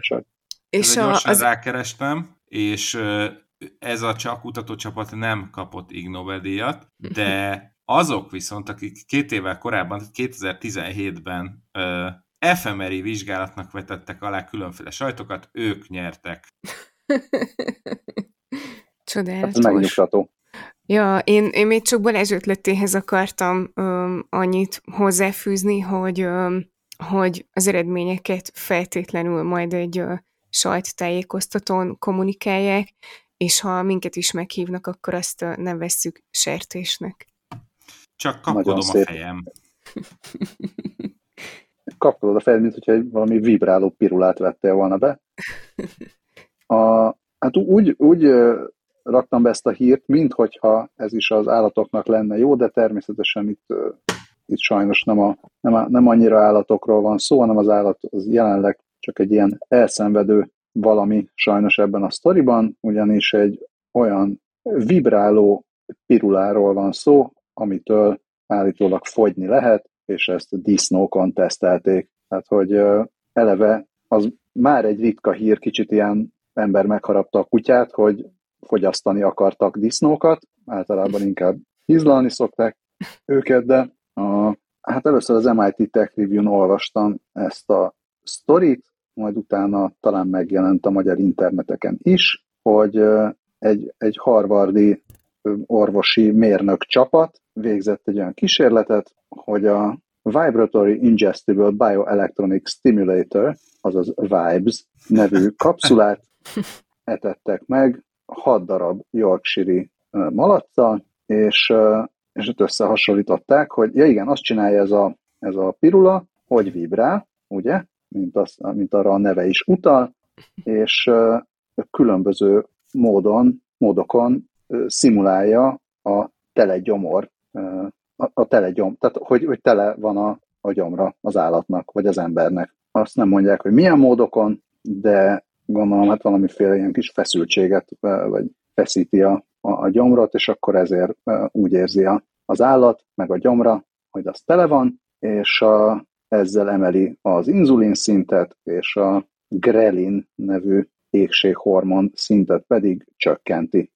rákerestem, és ez a kutatócsapat nem kapott Ig Nobel-díjat, de azok viszont, akik 2 évvel korábban, 2017-ben efemeri vizsgálatnak vetettek alá különféle sajtokat, ők nyertek. Csodálatos. Ez megnyugtató. Ja, én még csak Balázs ötletéhez akartam annyit hozzáfűzni, hogy az eredményeket feltétlenül majd egy sajttájékoztatón kommunikálják, és ha minket is meghívnak, akkor azt nem vesszük sertésnek. Csak kapkodom a fejem. Kapkodod a fejed, mint hogyha valami vibráló pirulát vettél volna be. Hát úgy raktam be ezt a hírt, minthogyha ez is az állatoknak lenne jó, de természetesen itt sajnos nem annyira állatokról van szó, hanem az állat az jelenleg csak egy ilyen elszenvedő valami sajnos ebben a sztoriban, ugyanis egy olyan vibráló piruláról van szó, amitől állítólag fogyni lehet, és ezt a disznókon tesztelték. Tehát, hogy eleve az már egy ritka hír, kicsit ilyen ember megharapta a kutyát, hogy fogyasztani akartak disznókat, általában inkább hízlalni szokták őket, de hát először az MIT Tech Review-n olvastam ezt a sztorit, majd utána talán megjelent a magyar interneteken is, hogy egy harvardi orvosi mérnök csapat végzett egy olyan kísérletet, hogy a Vibratory Ingestible Bioelectronic Stimulator, azaz VIBES nevű kapszulát etettek meg 6 darab Yorkshire-i malaccal, és összehasonlították, hogy ja igen, azt csinálja ez a pirula, hogy vibrál, ugye, mint arra a neve is utal, és különböző módokon szimulálja a telegyomor, tehát hogy tele van a gyomra az állatnak, vagy az embernek. Azt nem mondják, hogy milyen módokon, de gondolom, hát valamiféle ilyen kis feszültséget, vagy feszíti a gyomrot, és akkor ezért úgy érzi az állat, meg a gyomra, hogy az tele van, és ezzel emeli az inzulin szintet, és a grelin nevű égséghormon szintet pedig csökkenti,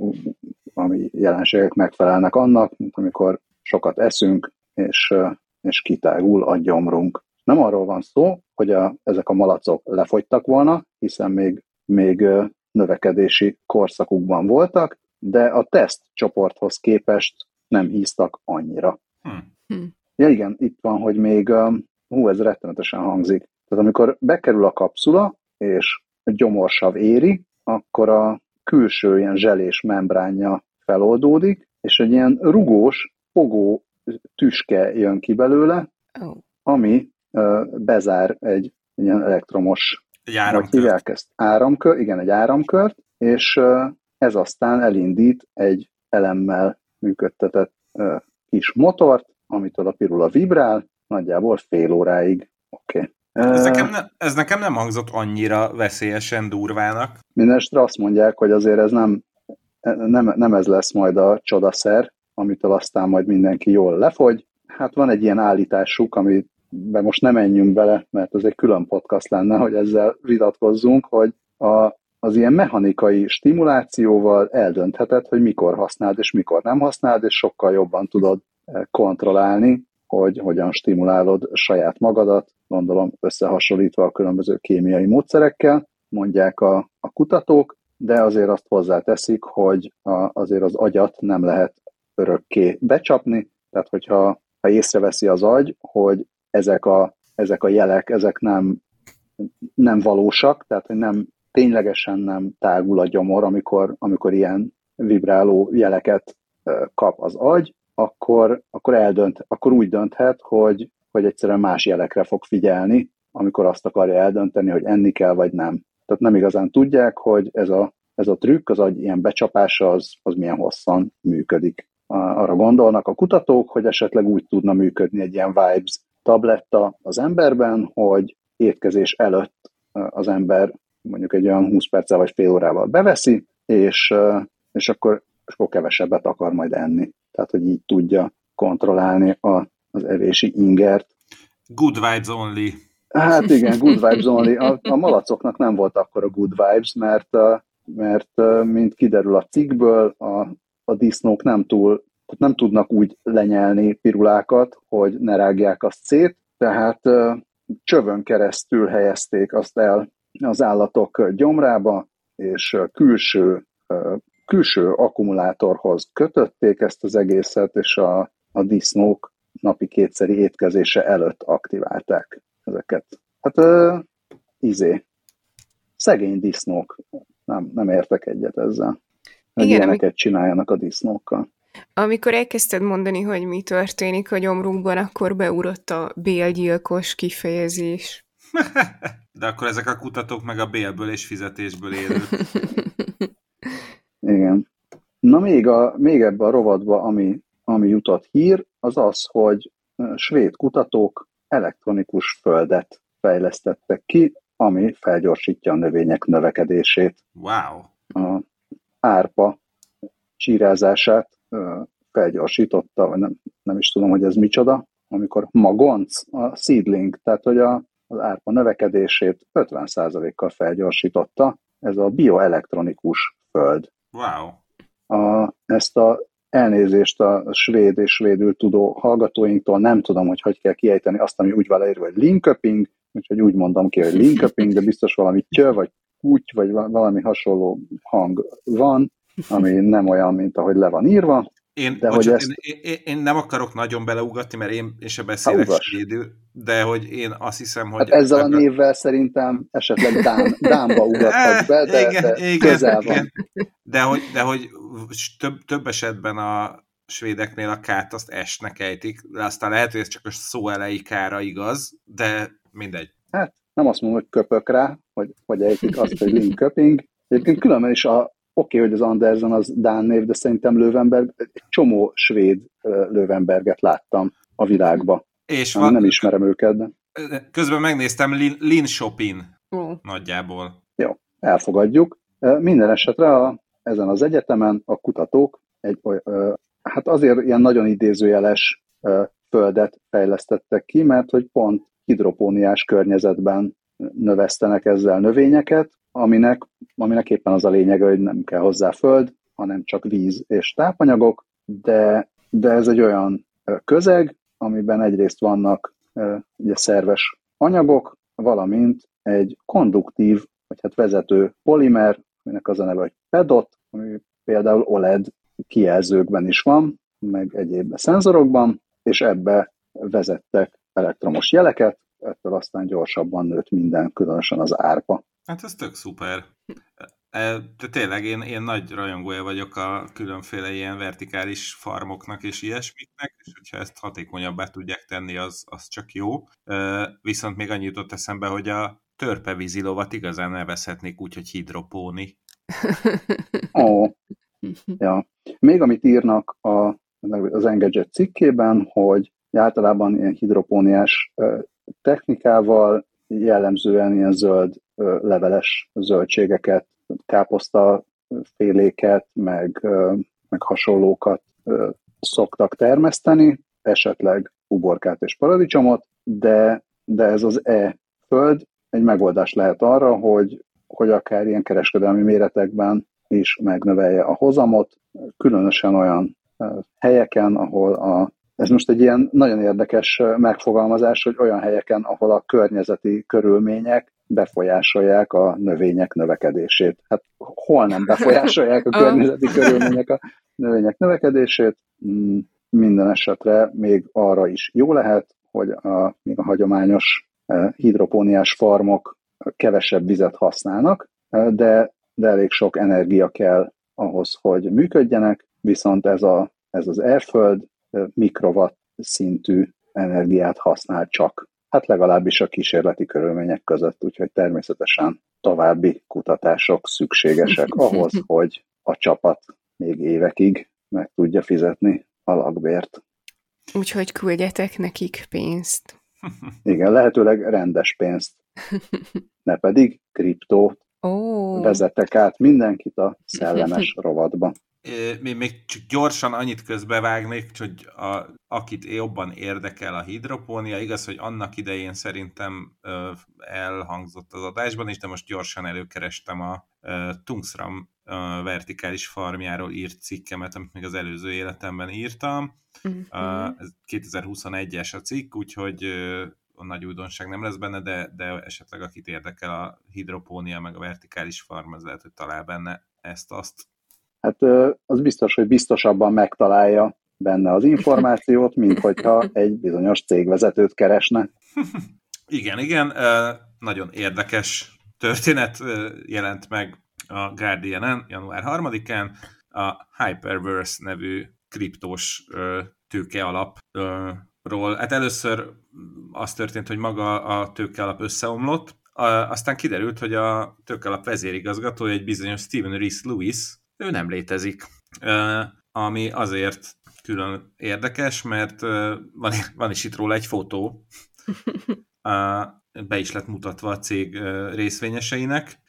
ami jelenségek megfelelnek annak, mint amikor sokat eszünk, és kitágul a gyomrunk. Nem arról van szó, hogy ezek a malacok lefogytak volna, hiszen még növekedési korszakukban voltak, de a teszt csoporthoz képest nem híztak annyira. Ja igen, itt van, hogy még, ez rettenetesen hangzik. Tehát amikor bekerül a kapszula, és gyomorsav éri, akkor a külső ilyen zselés membránja feloldódik, és egy ilyen rugós, fogó tüske jön ki belőle, ami bezár egy ilyen elektromos, hogy hívják ezt? Áramkör, igen, egy áramkört, és ez aztán elindít egy elemmel működtetett kis motort, amitől a pirula vibrál, nagyjából fél óráig. Oké. Ez nekem nem hangzott annyira veszélyesen durvának. Mindenesetre azt mondják, hogy azért ez nem ez lesz majd a csodaszer, amitől aztán majd mindenki jól lefogy. Hát van egy ilyen állításuk, amiben most nem menjünk bele, mert ez egy külön podcast lenne, hogy ezzel vitatkozzunk, hogy az ilyen mechanikai stimulációval eldöntheted, hogy mikor használd és mikor nem használd, és sokkal jobban tudod kontrollálni, hogy hogyan stimulálod saját magadat, gondolom összehasonlítva a különböző kémiai módszerekkel, mondják a kutatók, de azért azt hozzáteszik, hogy azért az agyat nem lehet örökké becsapni, tehát hogyha észreveszi az agy, hogy ezek a jelek, ezek nem valósak, tehát hogy ténylegesen nem tágul a gyomor, amikor ilyen vibráló jeleket kap az agy, akkor úgy dönthet, hogy egyszerűen más jelekre fog figyelni, amikor azt akarja eldönteni, hogy enni kell, vagy nem. Tehát nem igazán tudják, hogy ez a trükk, az agy ilyen becsapása, az milyen hosszan működik. Arra gondolnak a kutatók, hogy esetleg úgy tudna működni egy ilyen Vibes tabletta az emberben, hogy étkezés előtt az ember mondjuk egy olyan 20 perccel vagy fél órával beveszi, és akkor kevesebbet akar majd enni. Tehát, hogy így tudja kontrollálni az evési ingert. Good vibes only. Hát igen, good vibes only. A malacoknak nem volt akkor a good vibes, mert mint kiderül a cikkből, a disznók nem tudnak úgy lenyelni pirulákat, hogy ne rágják azt szét, tehát csövön keresztül helyezték azt el az állatok gyomrába, és külső akkumulátorhoz kötötték ezt az egészet, és a disznók napi 2-szeri étkezése előtt aktiválták ezeket. Hát szegény disznók. Nem értek egyet ezzel. Hogy ilyeneket csináljanak a disznókkal. Amikor elkezdted mondani, hogy mi történik a gyomrunkban, akkor beugrott a bélgyilkos kifejezés. De akkor ezek a kutatók meg a bélből és fizetésből élők. Igen. Na még ebbe a rovatba, ami jutott hír, az az, hogy svéd kutatók elektronikus földet fejlesztettek ki, ami felgyorsítja a növények növekedését. Wow! A árpa csírázását felgyorsította, vagy nem is tudom, hogy ez micsoda, amikor magonc, a seedling, tehát hogy az árpa növekedését 50%-kal felgyorsította, ez a bioelektronikus föld. Wow! Ezt a elnézést a svéd és svédül tudó hallgatóinktól, nem tudom, hogy kell kiejteni azt, ami úgy van leírva, hogy Linköping, úgyhogy úgy mondom ki, hogy Linköping, de biztos valami työ, vagy kuty, vagy valami hasonló hang van, ami nem olyan, mint ahogy le van írva. Én nem akarok nagyon beleugatni, mert én sem beszélek svédül, de hogy én azt hiszem, hogy... Hát ezzel a névvel szerintem esetleg Dánba ugathatsz be, de közel van. De hogy több esetben a svédeknél a kát azt S-nek ejtik, de aztán lehet, hogy ez csak a szó elejé kára igaz, de mindegy. Hát nem azt mondom, hogy köpök rá, hogy ejtik azt, hogy Linköping. Egyébként különben is oké, hogy az Andersen az dán név, de szerintem Löwenberg, egy csomó svéd Löwenberget láttam a világba. És nem ismerem őket, de... Közben megnéztem Linköping nagyjából. Jó, elfogadjuk. Minden esetre ezen az egyetemen a kutatók hát azért ilyen nagyon idézőjeles földet fejlesztettek ki, mert hogy pont hidropóniás környezetben növesztenek ezzel növényeket, aminek éppen az a lényege, hogy nem kell hozzá föld, hanem csak víz és tápanyagok, de ez egy olyan közeg, amiben egyrészt vannak ugye szerves anyagok, valamint egy konduktív, vagy hát vezető polimer, aminek az a neve, hogy PEDOT, ami például OLED kijelzőkben is van, meg egyéb szenzorokban, és ebbe vezettek elektromos jeleket, ettől aztán gyorsabban nőtt minden, különösen az árpa. Hát ez tök szuper. De tényleg én nagy rajongója vagyok a különféle ilyen vertikális farmoknak és ilyesmiknek, és hogyha ezt hatékonyabbá tudják tenni, az csak jó. Viszont még annyit jutott eszembe, hogy a törpevízilovat igazán nevezhetnék úgy, hogy hidropóni. Ja. Még amit írnak az Engadget cikkében, hogy általában ilyen hidropóniás technikával jellemzően ilyen zöld leveles zöldségeket, káposztaféléket, meg hasonlókat szoktak termeszteni, esetleg uborkát és paradicsomot, de ez az e-föld egy megoldás lehet arra, hogy akár ilyen kereskedelmi méretekben is megnövelje a hozamot, különösen olyan helyeken, ahol ez most egy ilyen nagyon érdekes megfogalmazás, hogy olyan helyeken, ahol a környezeti körülmények befolyásolják a növények növekedését. Hát hol nem befolyásolják a környezeti körülmények a növények növekedését? Minden esetre még arra is jó lehet, hogy még a hagyományos hidropóniás farmok kevesebb vizet használnak, de elég sok energia kell ahhoz, hogy működjenek, viszont ez az e-föld mikrowatt szintű energiát használ csak. Hát legalábbis a kísérleti körülmények között, úgyhogy természetesen további kutatások szükségesek ahhoz, hogy a csapat még évekig meg tudja fizetni a lakbért. Úgyhogy küldjetek nekik pénzt. Igen, lehetőleg rendes pénzt. Ne pedig kriptót. Vezettek át mindenkit a szellemes rovatba. Még csak gyorsan annyit közbevágnék, hogy akit jobban érdekel a hidropónia, igaz, hogy annak idején szerintem elhangzott az adásban is, de most gyorsan előkerestem a Tungsram vertikális farmjáról írt cikkemet, amit még az előző életemben írtam. Ez 2021-es a cikk, úgyhogy a nagy újdonság nem lesz benne, de esetleg akit érdekel a hidropónia meg a vertikális farm, az lehet, hogy talál benne ezt-azt. Hát az biztos, hogy biztosabban megtalálja benne az információt, mint hogyha egy bizonyos cégvezetőt keresne. Igen, nagyon érdekes történet jelent meg a Guardianen január 3-án, a Hyperverse nevű kriptós tőkealapról. Hát először az történt, hogy maga a tőkealap összeomlott, aztán kiderült, hogy a tőkealap vezérigazgatója, egy bizonyos Stephen Rees-Lewis, ő nem létezik. Ami azért külön érdekes, mert van is itt róla egy fotó, be is lett mutatva a cég részvényeseinek,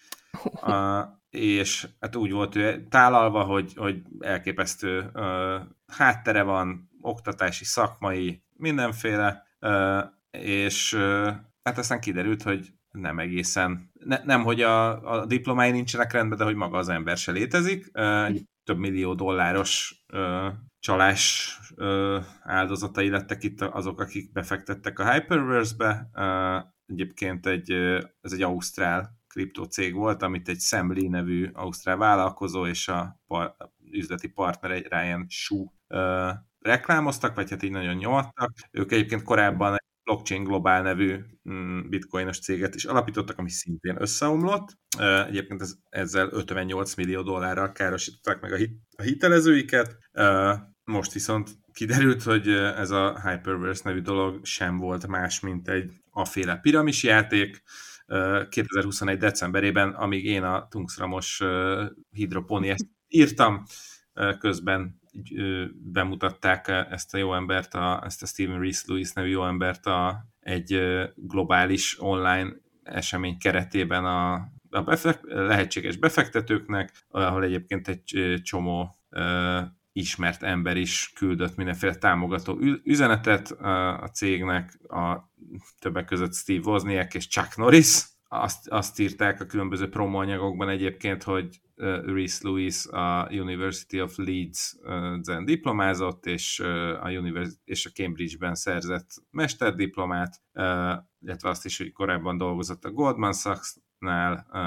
és hát úgy volt ő tálalva, hogy elképesztő háttere van, oktatási, szakmai, mindenféle, és hát aztán kiderült, hogy nem egészen, nem hogy a diplomái nincsenek rendben, de hogy maga az ember se létezik. Több millió dolláros csalás áldozatai lettek itt azok, akik befektettek a Hyperverse-be. Egyébként ez egy ausztrál kriptocég volt, amit egy Sam Lee nevű ausztrál vállalkozó és a üzleti partner, egy Ryan Shu reklámoztak, vagy hát így nagyon nyomattak. Ők egyébként korábban egy Blockchain Global nevű bitcoinos céget is alapítottak, ami szintén összeomlott. Egyébként ezzel 58 millió dollárral károsították meg a hitelezőiket. Most viszont kiderült, hogy ez a Hyperverse nevű dolog sem volt más, mint egy aféle piramisjáték. 2021. decemberében, amíg én a Tungsramos hidropóniát írtam, közben bemutatták ezt a jó embert, ezt a Stephen Rees-Lewis nevű jó embert egy globális online esemény keretében a lehetséges befektetőknek, ahol egyébként egy csomó ismert ember is küldött mindenféle támogató üzenetet a cégnek, többek között Steve Wozniak és Chuck Norris. Azt írták a különböző promóanyagokban egyébként, hogy Rees-Lewis a University of Leeds-en diplomázott, és a Cambridge-ben szerzett mesterdiplomát, illetve azt is, hogy korábban dolgozott a Goldman Sachs-nál,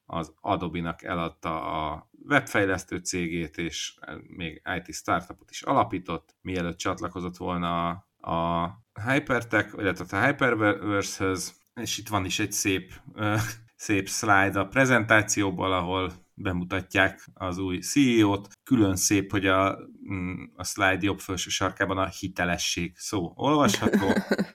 az Adobe-nak eladta a webfejlesztő cégét, és még IT startupot is alapított, mielőtt csatlakozott volna a Hypertech, illetve a Hyperverse-höz, és itt van is egy szép slide a prezentációból, ahol bemutatják az új CEO-t. Külön szép, hogy a slide jobb felső sarkában a hitelesség szó olvasható.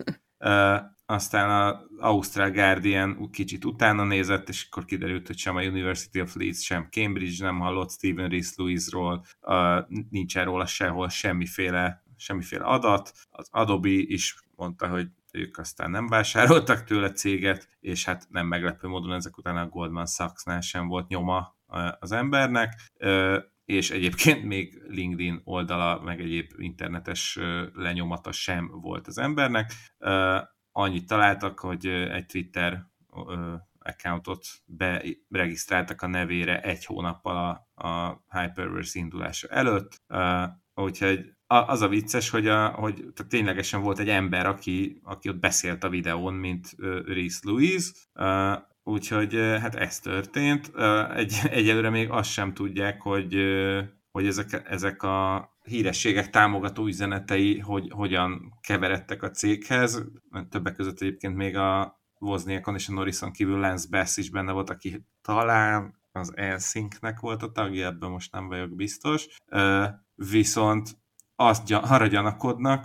Aztán az Ausztrál Guardian kicsit utána nézett, és akkor kiderült, hogy sem a University of Leeds, sem Cambridge nem hallott Stephen Rees-Lewisról, nincsen róla sehol semmiféle adat. Az Adobe is mondta, hogy ők aztán nem vásároltak tőle céget, és hát nem meglepő módon ezek után a Goldman Sachsnál sem volt nyoma az embernek, és egyébként még LinkedIn oldala, meg egyéb internetes lenyomata sem volt az embernek. Annyit találtak, hogy egy Twitter accountot beregisztráltak a nevére egy hónappal a Hyperverse indulása előtt, úgyhogy az a vicces, hogy tehát ténylegesen volt egy ember, aki ott beszélt a videón, mint Rees-Lewis, úgyhogy hát ez történt. Egyelőre még azt sem tudják, hogy ezek a hírességek támogató üzenetei hogyan keveredtek a céghez. Többek között egyébként még a Wozniakon és a Norrison kívül Lance Bass is benne volt, aki talán az NSYNC-nek volt a tagja, ebben most nem vagyok biztos. Viszont arra gyanakodnak,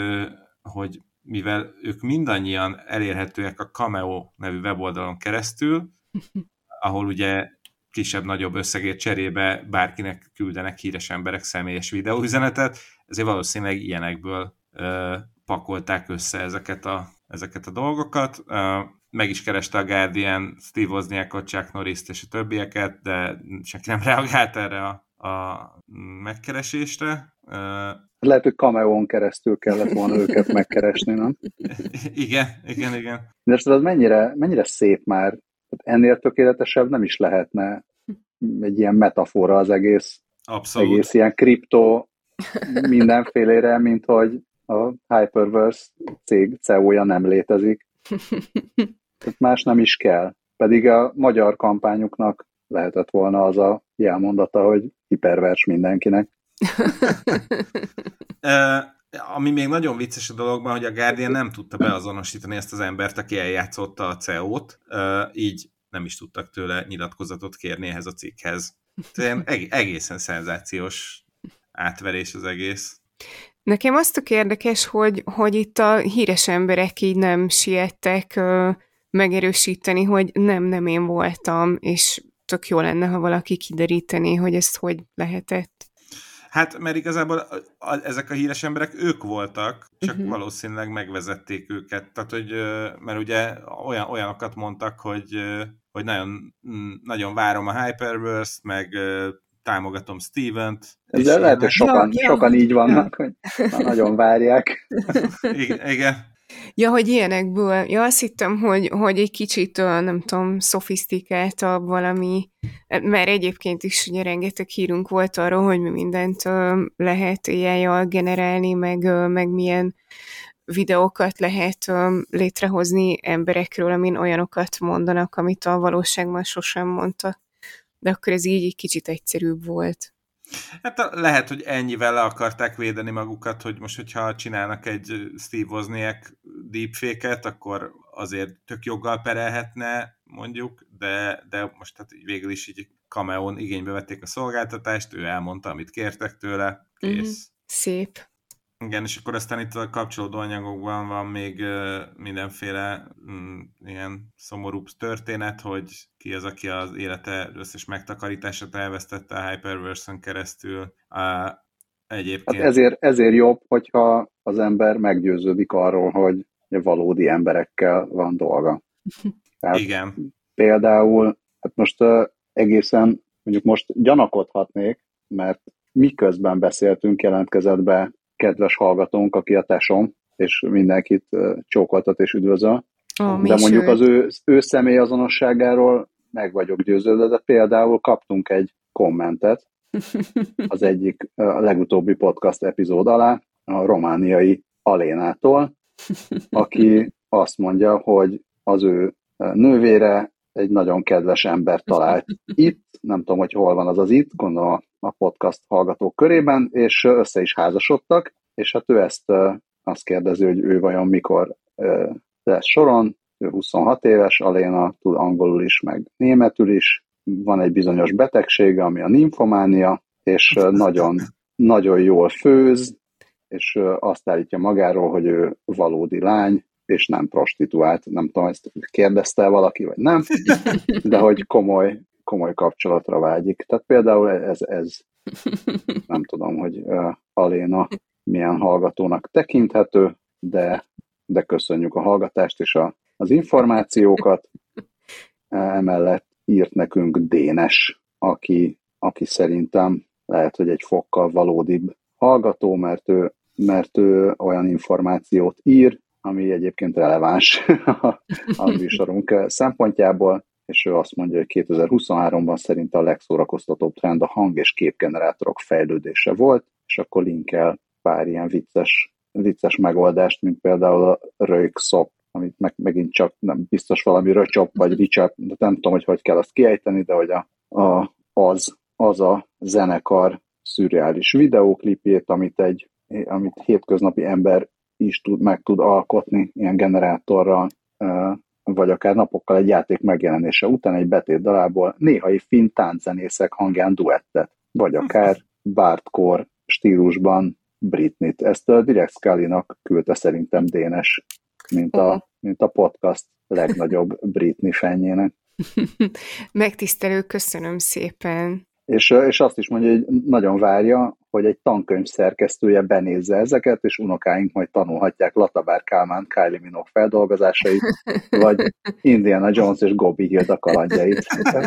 hogy mivel ők mindannyian elérhetőek a Cameo nevű weboldalon keresztül, ahol ugye kisebb-nagyobb összegért cserébe bárkinek küldenek híres emberek személyes videóüzenetet, ezért valószínűleg ilyenekből pakolták össze ezeket a dolgokat. Meg is kereste a Guardian Steve Wozniakot, Chuck Norrist és a többieket, de senki nem reagált erre a megkeresésre. Lehet, hogy Cameo-n keresztül kellett volna őket megkeresni, nem? Igen. De ez az mennyire szép már. Ennél tökéletesebb nem is lehetne egy ilyen metafora az egész ilyen kriptó mindenfélére, mint hogy a Hyperverse cég CEO-ja nem létezik. Tehát más nem is kell. Pedig a magyar kampányuknak lehetett volna az a jelmondata, hogy hipervers mindenkinek. Ami még nagyon vicces a dologban, hogy a Guardian nem tudta beazonosítani ezt az embert, aki eljátszotta a CEO-t, így nem is tudtak tőle nyilatkozatot kérni ehhez a cikkhez. Egészen szenzációs átverés az egész. Nekem az tök érdekes, hogy itt a híres emberek így nem siettek megerősíteni, hogy nem én voltam, és tök jó lenne, ha valaki kiderítené, hogy ezt hogy lehetett. Hát, mert igazából ezek a híres emberek ők voltak, csak valószínűleg megvezették őket. Tehát, hogy, mert ugye olyanokat mondtak, hogy nagyon, nagyon várom a Hyperverse-t, meg támogatom Stevent. De lehet, hogy sokan így vannak, hogy nagyon várják. Igen. Ja, hogy ilyenekből. Ja, azt hittem, hogy egy kicsit, nem tudom, szofisztikáltabb valami, mert egyébként is ugye rengeteg hírünk volt arról, hogy mi mindent lehet AI-jal generálni, meg milyen videókat lehet létrehozni emberekről, amin olyanokat mondanak, amit a valóságban sosem mondtak. De akkor ez így egy kicsit egyszerűbb volt. Hát lehet, hogy ennyivel le akarták védeni magukat, hogy most, hogyha csinálnak egy Steve Wozniak deepfake-et, akkor azért tök joggal perelhetne, mondjuk, de most hát végül is így Cameo-n igénybe vették a szolgáltatást, ő elmondta, amit kértek tőle, kész. Szép. Igen, és akkor aztán itt a kapcsolódó anyagokban van még mindenféle ilyen szomorúbb történet, hogy ki az, aki az élete összes megtakarítását elvesztette a Hyperverse-en keresztül. Egyébként... Hát ezért jobb, hogyha az ember meggyőződik arról, hogy valódi emberekkel van dolga. Tehát igen. Például, hát most egészen, mondjuk most gyanakodhatnék, mert miközben beszéltünk, jelentkezett be kedves hallgatónk, aki a tesom, és mindenkit csókoltat és üdvözöl. De mondjuk az ő személyazonosságáról meg vagyok győződve, de például kaptunk egy kommentet az egyik a legutóbbi podcast epizód alá, a romániai Alénától, aki azt mondja, hogy az ő nővére egy nagyon kedves ember talált itt, nem tudom, hogy hol van az itt, gondolom a podcast hallgatók körében, és össze is házasodtak, és hát ő ezt azt kérdezi, hogy ő vajon mikor lesz soron, ő 26 éves, Aléna tud angolul is, meg németül is, van egy bizonyos betegsége, ami a nymfománia, és nagyon, nagyon jól főz, és azt állítja magáról, hogy ő valódi lány, és nem prostituált. Nem tudom, ezt kérdezte valaki, vagy nem, de hogy komoly kapcsolatra vágyik. Tehát például ez nem tudom, hogy Aléna milyen hallgatónak tekinthető, de köszönjük a hallgatást és az információkat. Emellett írt nekünk Dénes, aki szerintem lehet, hogy egy fokkal valódibb hallgató, mert ő olyan információt ír, ami egyébként releváns a műsorunk szempontjából, és ő azt mondja, hogy 2023-ban szerinte a legszórakoztatóbb trend a hang- és képgenerátorok fejlődése volt, és akkor linkel pár ilyen vicces megoldást, mint például a Röykszop, amit megint csak nem biztos valami Röcsop vagy Ricsap, de nem tudom, hogy kell azt kiejteni, de hogy az a zenekar szürreális videóklipjét, amit hétköznapi ember is meg tud alkotni ilyen generátorral, vagy akár napokkal egy játék megjelenése után egy betét dalából néhai finn tánczenészek hangján duettet, vagy akár bardcore stílusban Britney-t. Ezt direkt Scully-nak küldte szerintem Dénes, mint a podcast legnagyobb Britney fenjének. Megtisztelő, köszönöm szépen. És azt is mondja, hogy nagyon várja, hogy egy tankönyv szerkesztője benézze ezeket, és unokáink majd tanulhatják Latabár Kálmán, Kylie Minogue feldolgozásait, vagy Indiana Jones és Gobi Hilda kalandjait.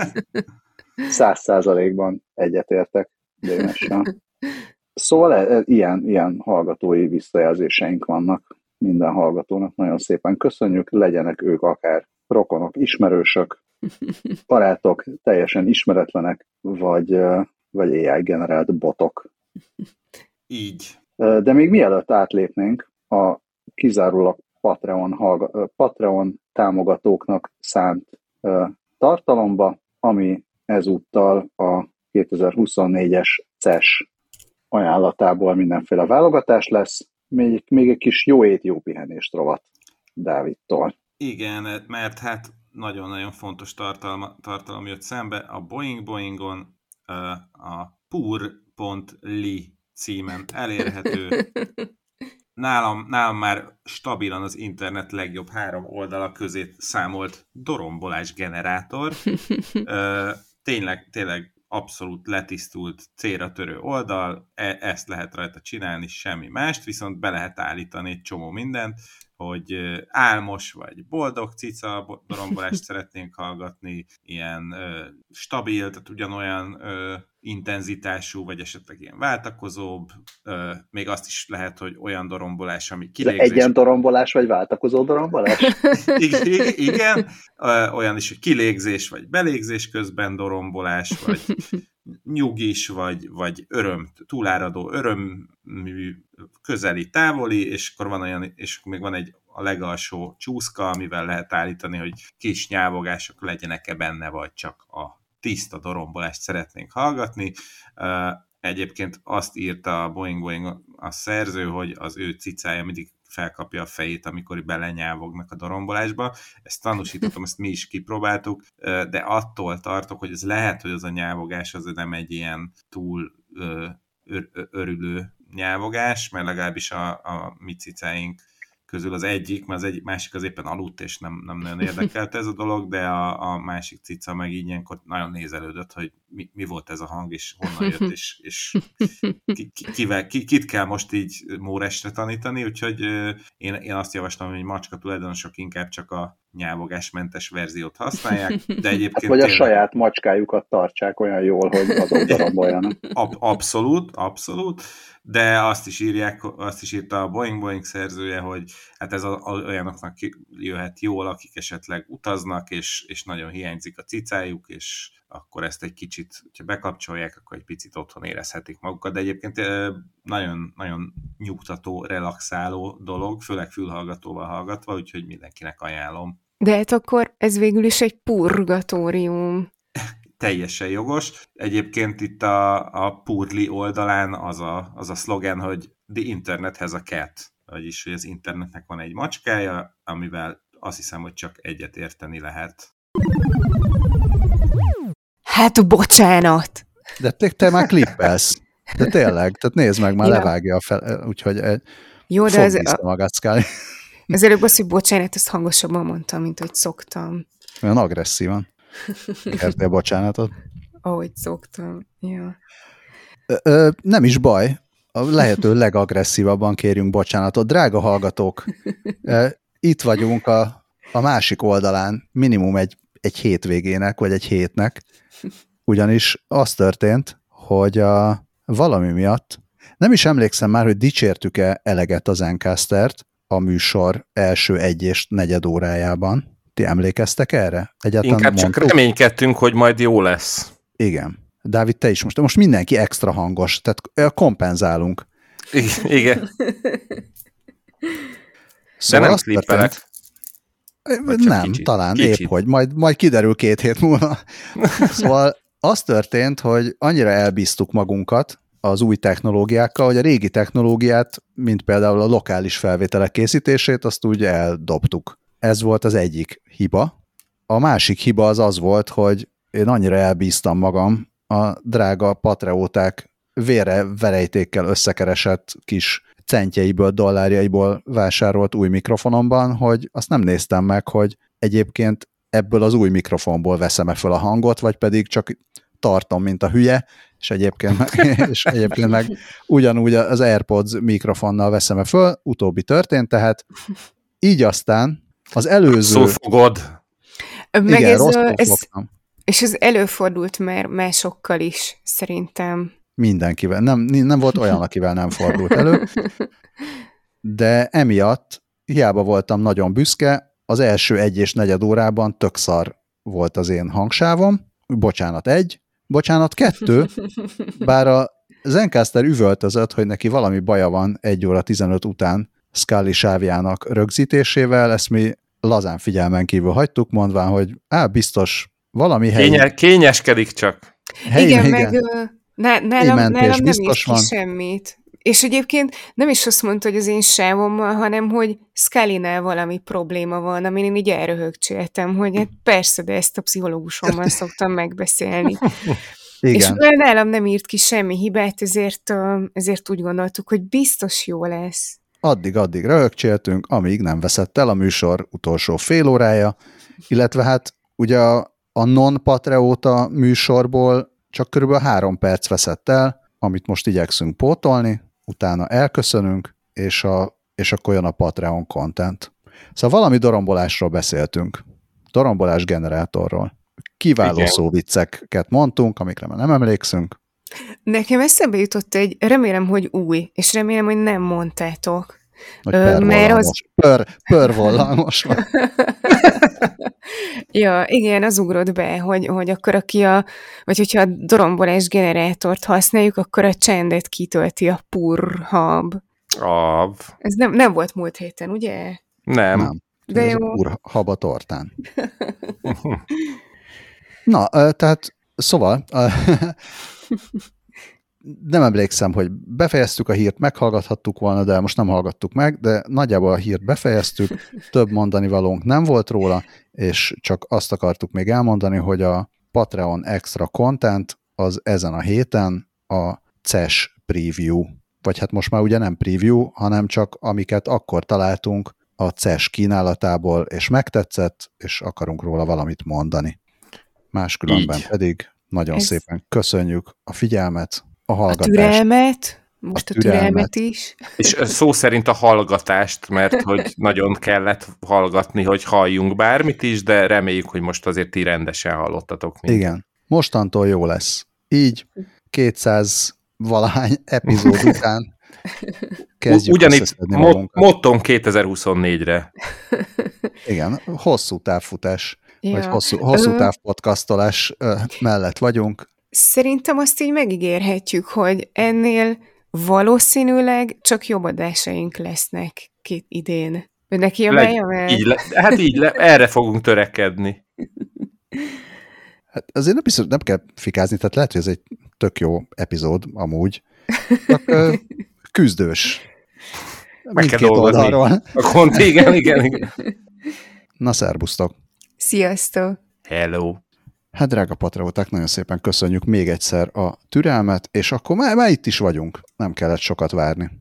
100%-ban egyetértek Dénessel. Szóval ilyen hallgatói visszajelzéseink vannak minden hallgatónak. Nagyon szépen köszönjük, legyenek ők akár rokonok, ismerősök, barátok, teljesen ismeretlenek, vagy AI-generált botok. Így. De még mielőtt átlépnénk a kizárólag Patreon támogatóknak szánt tartalomba, ami ezúttal a 2024-es CES ajánlatából mindenféle válogatás lesz. Még egy kis jó ét, jó pihenést rovat Dávidtól. Igen, mert hát nagyon-nagyon fontos tartalom jött szembe. A Boingon a pur.li címen elérhető. Nálam már stabilan az internet legjobb 3 oldala közé számolt dorombolás generátor. Tényleg abszolút letisztult, célra törő oldal, ezt lehet rajta csinálni, semmi mást, viszont be lehet állítani egy csomó mindent, hogy álmos vagy boldog cica dorombolást szeretnénk hallgatni, ilyen stabil, tehát ugyanolyan intenzitású, vagy esetleg ilyen váltakozóbb, még azt is lehet, hogy olyan dorombolás, ami kilégzés. Egyen dorombolás, vagy váltakozó dorombolás? Igen, olyan is, hogy kilégzés, vagy belégzés közben dorombolás, vagy nyugis, vagy túláradó örömmű, közeli, távoli, és akkor van olyan, és még van a legalsó csúszka, amivel lehet állítani, hogy kis nyávogások legyenek-e benne, vagy csak a tiszta dorombolást szeretnénk hallgatni. Egyébként azt írta a Boing a szerző, hogy az ő cicája mindig felkapja a fejét, amikor belenyávognak a dorombolásba. Ezt tanúsítottam, ezt mi is kipróbáltuk, de attól tartok, hogy ez lehet, hogy az a nyávogás az nem egy ilyen túl örülő nyávogás, mert legalábbis a mi cicáink közül az egyik, mert az másik az éppen aludt, és nem nagyon érdekelte ez a dolog, de a másik cica meg így ilyenkor nagyon nézelődött, hogy mi volt ez a hang, és honnan jött, és kit kell most így móresre tanítani, úgyhogy én azt javaslom, hogy macska tulajdonosok inkább csak a nyávogásmentes verziót használják, de egyébként... Vagy a saját macskájukat tartsák olyan jól, hogy azok daromboljanak. Abszolút, de azt is írta a Boing szerzője, hogy hát ez olyanoknak jöhet jól, akik esetleg utaznak, és nagyon hiányzik a cicájuk, és akkor ezt egy kicsit, hogyha bekapcsolják, akkor egy picit otthon érezhetik magukat, de egyébként nagyon, nagyon nyugtató, relaxáló dolog, főleg fülhallgatóval hallgatva, úgyhogy mindenkinek ajánlom. De hát akkor ez végül is egy purgatórium. Teljesen jogos. Egyébként itt a Purli oldalán az a szlogen, hogy the internet has a cat, vagyis hogy az internetnek van egy macskája, amivel azt hiszem, hogy csak egyet érteni lehet. Hát bocsánat! De te már klippelsz. De tényleg, tehát nézd meg, már levágja a fel, úgyhogy jó, de vissza magát, Scully. Az előbb az, hogy bocsánat, ezt hangosabban mondtam, mint hogy szoktam. Olyan agresszívan. Kértél bocsánatot? Ahogy szoktam, ja. Nem is baj, a lehető legagresszívabban kérjünk bocsánatot. Drága hallgatók, itt vagyunk a másik oldalán, minimum egy hétvégének, vagy egy hétnek, ugyanis az történt, hogy valami miatt, nem is emlékszem már, hogy dicsértük-e eleget az Zencastert a műsor első 1,4 órájában. Ti emlékeztek erre? Egyáltalán inkább mondtuk? Csak reménykedtünk, hogy majd jó lesz. Igen. Dávid, te is most mindenki extra hangos, tehát kompenzálunk. Igen. Szóval de nem klippelek. Nem, kicsit. Talán kicsit. Épp hogy. Majd kiderül 2 hét múlva. Szóval az történt, hogy annyira elbíztuk magunkat az új technológiákkal, hogy a régi technológiát, mint például a lokális felvételek készítését, azt úgy eldobtuk. Ez volt az egyik hiba. A másik hiba az volt, hogy én annyira elbíztam magam a drága patrióták vére verejtékkel összekeresett kis centjeiből, dollárjaiból vásárolt új mikrofonomban, hogy azt nem néztem meg, hogy egyébként ebből az új mikrofonból veszem-e föl a hangot, vagy pedig csak tartom, mint a hülye, és egyébként meg ugyanúgy az AirPods mikrofonnal veszem-e föl, utóbbi történt, tehát így aztán az előző... Szófogod. Meg igen, és ez előfordult már másokkal is, szerintem. Mindenkivel. Nem volt olyan, akivel nem fordult elő. De emiatt hiába voltam nagyon büszke, az első 1,4 órában tök szar volt az én hangsávom. Bocsánat 1, bocsánat 2, bár a Zencastr üvöltözött, hogy neki valami baja van 1 óra 15 után Scully sávjának rögzítésével, ezt mi lazán figyelmen kívül hagytuk, mondván, hogy biztos valami kényeskedik csak. Igen, meg nálam nem írt ki semmit. És egyébként nem is azt mondta, hogy az én sávommal, hanem hogy Scully-nál valami probléma van, amin én így elröhögcséltem, hogy hát persze, de ezt a pszichológusommal szoktam megbeszélni. Igen. És nálam nem írt ki semmi hibát, ezért úgy gondoltuk, hogy biztos jó lesz. Addig röhögcséltünk, amíg nem veszett el a műsor utolsó fél órája, illetve hát ugye a non-patrióta műsorból csak körülbelül 3 perc veszett el, amit most igyekszünk pótolni, utána elköszönünk, és akkor jön a Patreon content. Szóval valami dorombolásról beszéltünk. Dorombolás generátorról. Kiváló szóvicceket mondtunk, amikre már nem emlékszünk. Nekem eszembe jutott remélem, hogy új, és remélem, hogy nem mondtátok. Mert az... Pörvollamos van. Ja, igen, az ugrott be, hogy akkor vagy hogyha a dorombolás generátort használjuk, akkor a csendet kitölti a purhab. Ez nem volt múlt héten, ugye? Nem. De ez jó. A purhab a tortán. Na, tehát szóval nem emlékszem, hogy befejeztük a hírt, meghallgathattuk volna, de most nem hallgattuk meg, de nagyjából a hírt befejeztük, több mondani valónk nem volt róla, és csak azt akartuk még elmondani, hogy a Patreon Extra Content az ezen a héten a CES Preview, vagy hát most már ugye nem Preview, hanem csak amiket akkor találtunk a CES kínálatából, és megtetszett, és akarunk róla valamit mondani. Máskülönben pedig nagyon szépen köszönjük a figyelmet, a hallgatást. A türelmet, most a türelmet is. És szó szerint a hallgatást, mert hogy nagyon kellett hallgatni, hogy halljunk bármit is, de reméljük, hogy most azért ti rendesen hallottatok mindent. Igen, mostantól jó lesz. Így 200 valahány epizód után kezdjük összeszedni magunkat. Motton 2024-re. Igen, hosszú távfutás, vagy hosszú távpodcastolás mellett vagyunk. Szerintem azt így megígérhetjük, hogy ennél valószínűleg csak jobb adásaink lesznek idén. Ő neki a mája erre fogunk törekedni. Hát azért nem biztos, nem kell fikázni, tehát lehet, hogy ez egy tök jó epizód amúgy. Csak küzdős. Meg kell dolgozni. A igen. Na, szerbusztok! Sziasztok! Hello! Hát drága patrióták, nagyon szépen köszönjük még egyszer a türelmet, és akkor már itt is vagyunk. Nem kellett sokat várni.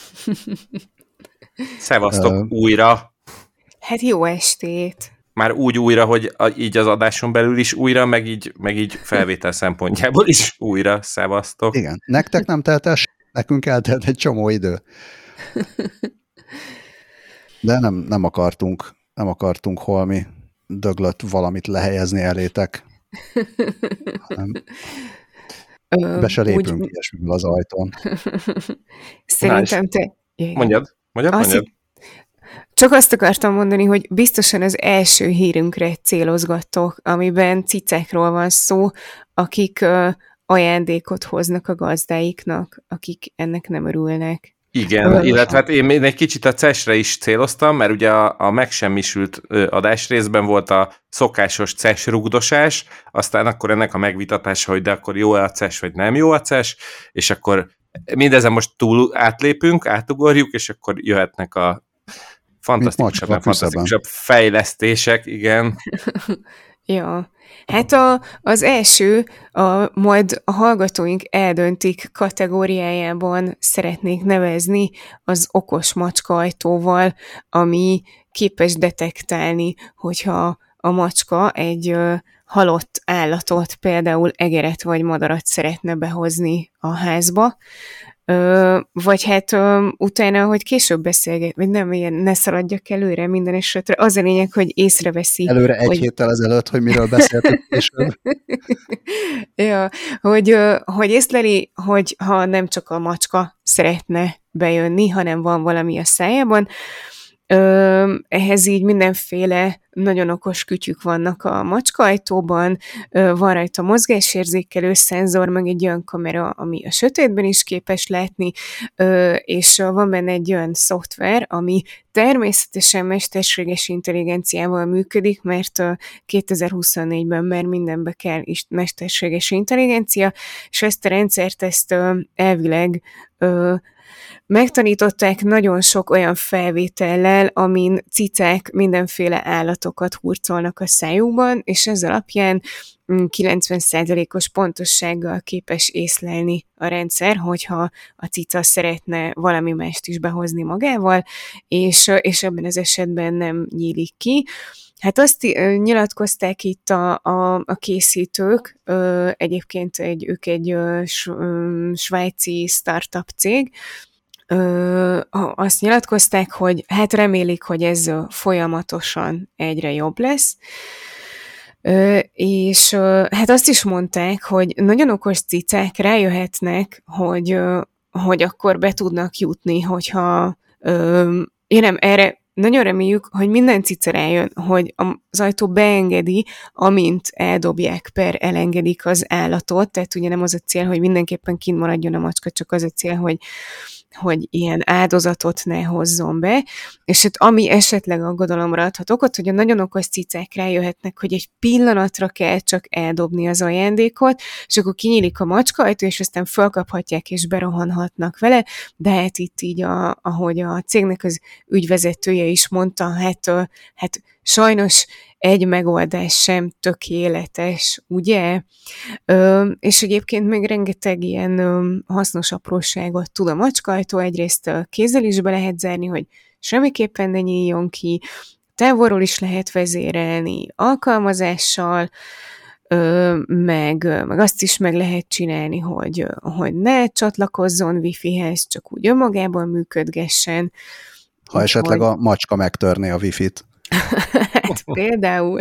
Szevasztok újra! Hát jó estét! Már úgy újra, hogy így az adáson belül is újra, meg így felvétel szempontjából is újra. Szevasztok! Igen, nektek nem telt el, nekünk eltelt egy csomó idő. De nem akartunk holmi döglött valamit lehelyezni elétek. Be se lépünk ilyesmivel az ajtón. Szerintem te... Mondjad. Csak azt akartam mondani, hogy biztosan az első hírünkre célozgattok, amiben cicákról van szó, akik ajándékot hoznak a gazdáiknak, akik ennek nem örülnek. Igen, illetve hát én még egy kicsit a CES-re is céloztam, mert ugye a megsemmisült adásrészben volt a szokásos CES rugdosás, aztán akkor ennek a megvitatása, hogy de akkor jó-e a CES, vagy nem jó a CES, és akkor mindezen most túl átugorjuk, és akkor jöhetnek a fantasztikusabb fejlesztések, igen. Ja, hát az első, majd a hallgatóink eldöntik kategóriájában szeretnék nevezni az okos macska ajtóval, ami képes detektálni, hogyha a macska egy halott állatot, például egeret vagy madarat szeretne behozni a házba, vagy hát utána, hogy később beszélget, vagy nem, ilyen ne szaladjak előre minden esetre. Az a lényeg, hogy észreveszi. Előre egy héttel ezelőtt, hogy miről beszéltünk később. Ja, hogy észleli, hogy ha nem csak a macska szeretne bejönni, hanem van valami a szájában, ehhez így mindenféle nagyon okos kütyük vannak a macskaajtóban, van rajta mozgásérzékelő szenzor, meg egy olyan kamera, ami a sötétben is képes látni, és van benne egy olyan szoftver, ami természetesen mesterséges intelligenciával működik, mert 2024-ben már mindenbe kell is mesterséges intelligencia, és ezt a rendszert elvileg megtanították nagyon sok olyan felvétellel, amin cicák mindenféle állatokat hurcolnak a szájukban, és ez alapján 90%-os pontossággal képes észlelni a rendszer, hogyha a cica szeretne valami mást is behozni magával, és ebben az esetben nem nyílik ki. Hát azt nyilatkozták itt a készítők, egyébként ők egy svájci startup cég, azt nyilatkozták, hogy hát remélik, hogy ez folyamatosan egyre jobb lesz, és hát azt is mondták, hogy nagyon okos cicák rájöhetnek, hogy akkor be tudnak jutni, hogyha erre nagyon reméljük, hogy minden cica rájön, hogy az ajtó beengedi, amint eldobják elengedik az állatot, tehát ugye nem az a cél, hogy mindenképpen kint maradjon a macska, csak az a cél, hogy ilyen áldozatot ne hozzon be, és hát ami esetleg aggodalomra adhat okot, hogy a nagyon okos cicák rájöhetnek, hogy egy pillanatra kell csak eldobni az ajándékot, és akkor kinyílik a macskaajtó, és aztán fölkaphatják és berohanhatnak vele, de hát itt így, ahogy a cégnek az ügyvezetője is mondta, hát sajnos egy megoldás sem tökéletes, ugye? És egyébként még rengeteg ilyen hasznos apróságot tud a macskaajtó, egyrészt kézzel is be lehet zárni, hogy semmiképpen ne nyíljon ki, távolról is lehet vezérelni, alkalmazással, meg azt is meg lehet csinálni, hogy ne csatlakozzon wifi-hez, csak úgy önmagában működgessen. Ha esetleg a macska megtörné a wifi-t. Hát például.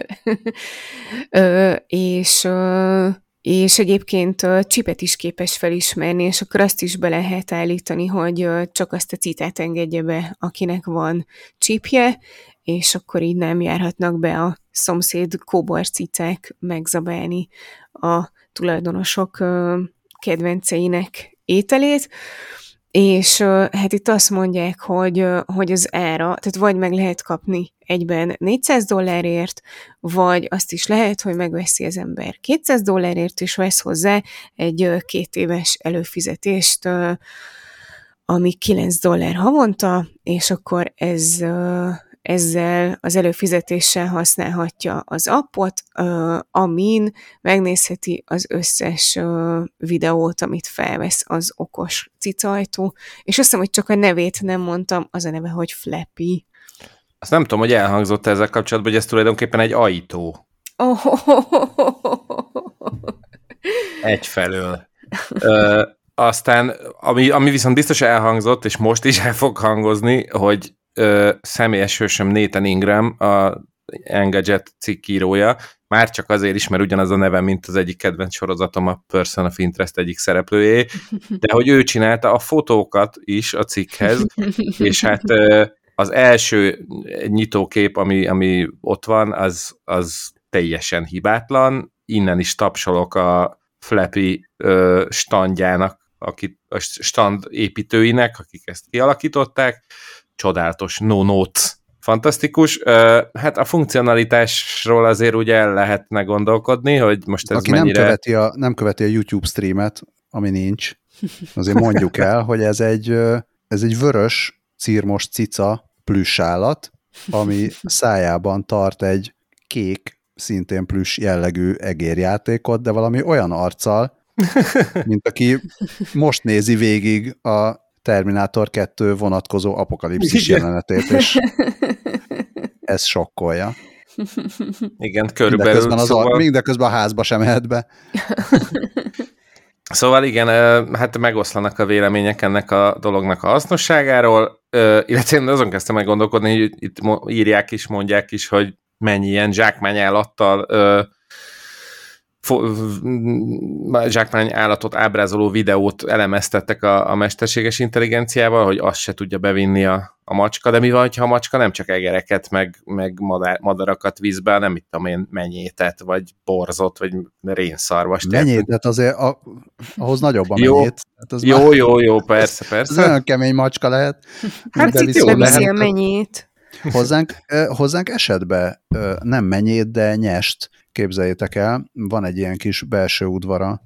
És egyébként csipet is képes felismerni, és akkor azt is be lehet állítani, hogy csak azt a citát engedje be, akinek van csipje, és akkor így nem járhatnak be a szomszéd kóborcicák megzabálni a tulajdonosok kedvenceinek ételét. És hát itt azt mondják, hogy az ára, tehát vagy meg lehet kapni egyben $400, vagy azt is lehet, hogy megveszi az ember $200, és vesz hozzá egy 2 éves előfizetést, ami $9 havonta, és akkor ezzel az előfizetéssel használhatja az appot, amin megnézheti az összes videót, amit felvesz az okos cicajtó, és azt hiszem, hogy csak a nevét nem mondtam, az a neve, hogy Flappy. Azt nem tudom, hogy elhangzott ezzel kapcsolatban, hogy ez tulajdonképpen egy ajtó. Egyfelől. Aztán, ami viszont biztos elhangzott, és most is el fog hangozni, hogy személyes hősöm Nathan Ingram, a Engadget cikkírója, már csak azért is, mert ugyanaz a neve, mint az egyik kedvenc sorozatom, a Person of Interest egyik szereplőjé, de hogy ő csinálta a fotókat is a cikkhez, és hát az első nyitókép, ami ott van, az teljesen hibátlan, innen is tapsolok a Flappy standjának, a stand építőinek, akik ezt kialakították, csodálatos, no notes, fantasztikus. Hát a funkcionalitásról azért ugye el lehetne gondolkodni, hogy most ez aki mennyire... nem követi a YouTube streamet, ami nincs, azért mondjuk el, hogy ez egy vörös círmos cica plüss állat, ami szájában tart egy kék, szintén plüss jellegű egérjátékot, de valami olyan arccal, mint aki most nézi végig a Terminátor 2 vonatkozó apokalipszis jelenetét, és ez sokkolja. Igen, körülbelül. Mindeközben a házba sem mehet be. Szóval igen, hát megoszlanak a vélemények ennek a dolognak a hasznosságáról, illetve én azon kezdtem meg gondolkodni, hogy itt írják is, mondják is, hogy mennyi ilyen zsákmányállattal zsákmányállatot ábrázoló videót elemeztettek a mesterséges intelligenciával, hogy azt se tudja bevinni a macska, de mi van, ha a macska nem csak egereket, meg madarakat víz be, nem mit tudom én, menyétet, vagy borzot, vagy rénszarvast. Menyétet azért, ahhoz nagyobb a menyét. Jó, persze. Ez olyan kemény macska lehet. Hát itt jó lehet. A menyét. Hozzánk esetben nem menyét, de nyest. Képzeljétek el, van egy ilyen kis belső udvara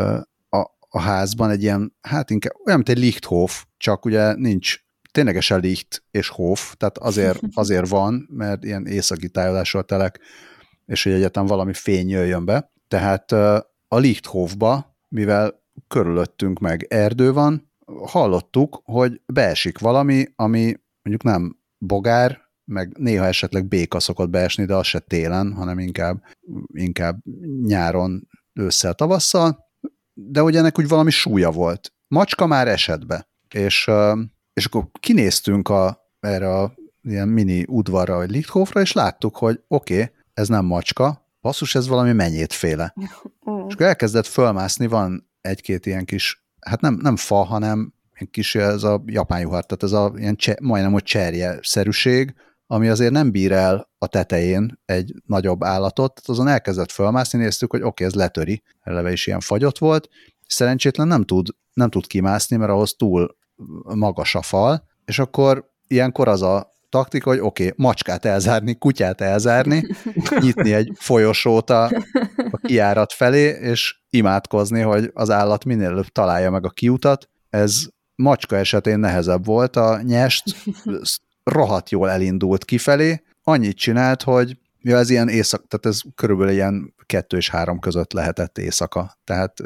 a házban, egy ilyen, hát inkább olyan, mint egy Lichthof, csak ugye nincs ténylegesen Licht és Hof, tehát azért van, mert ilyen északi tájolásról telek, és hogy egyetem valami fény jöjjön be. Tehát a Lichthofba, mivel körülöttünk meg erdő van, hallottuk, hogy beesik valami, ami mondjuk nem bogár, meg néha esetleg béka szokott beesni, de az se télen, hanem inkább nyáron, ősszel, tavasszal, de hogy ennek úgy valami súlya volt. Macska már esett be, és akkor kinéztünk erre a ilyen mini udvarra, vagy Lichthofra, és láttuk, hogy oké, ez nem macska, basszus, ez valami menyétféle. És akkor elkezdett fölmászni, van egy-két ilyen kis, hát nem fa, hanem egy kis, ez a japán juhar, tehát ez a ilyen majdnem, hogy cserje-szerűség, ami azért nem bír el a tetején egy nagyobb állatot, tehát azon elkezdett fölmászni, néztük, hogy oké, ez letöri, eleve is ilyen fagyott volt, szerencsétlen nem tud kimászni, mert ahhoz túl magas a fal, és akkor ilyenkor az a taktika, hogy oké, macskát elzárni, kutyát elzárni, nyitni egy folyosót a kijárat felé, és imádkozni, hogy az állat minél előbb találja meg a kiutat. Ez macska esetén nehezebb volt, a nyest rohadt jól elindult kifelé, annyit csinált, hogy ez ilyen tehát ez körülbelül ilyen 2 és 3 között lehetett éjszaka, tehát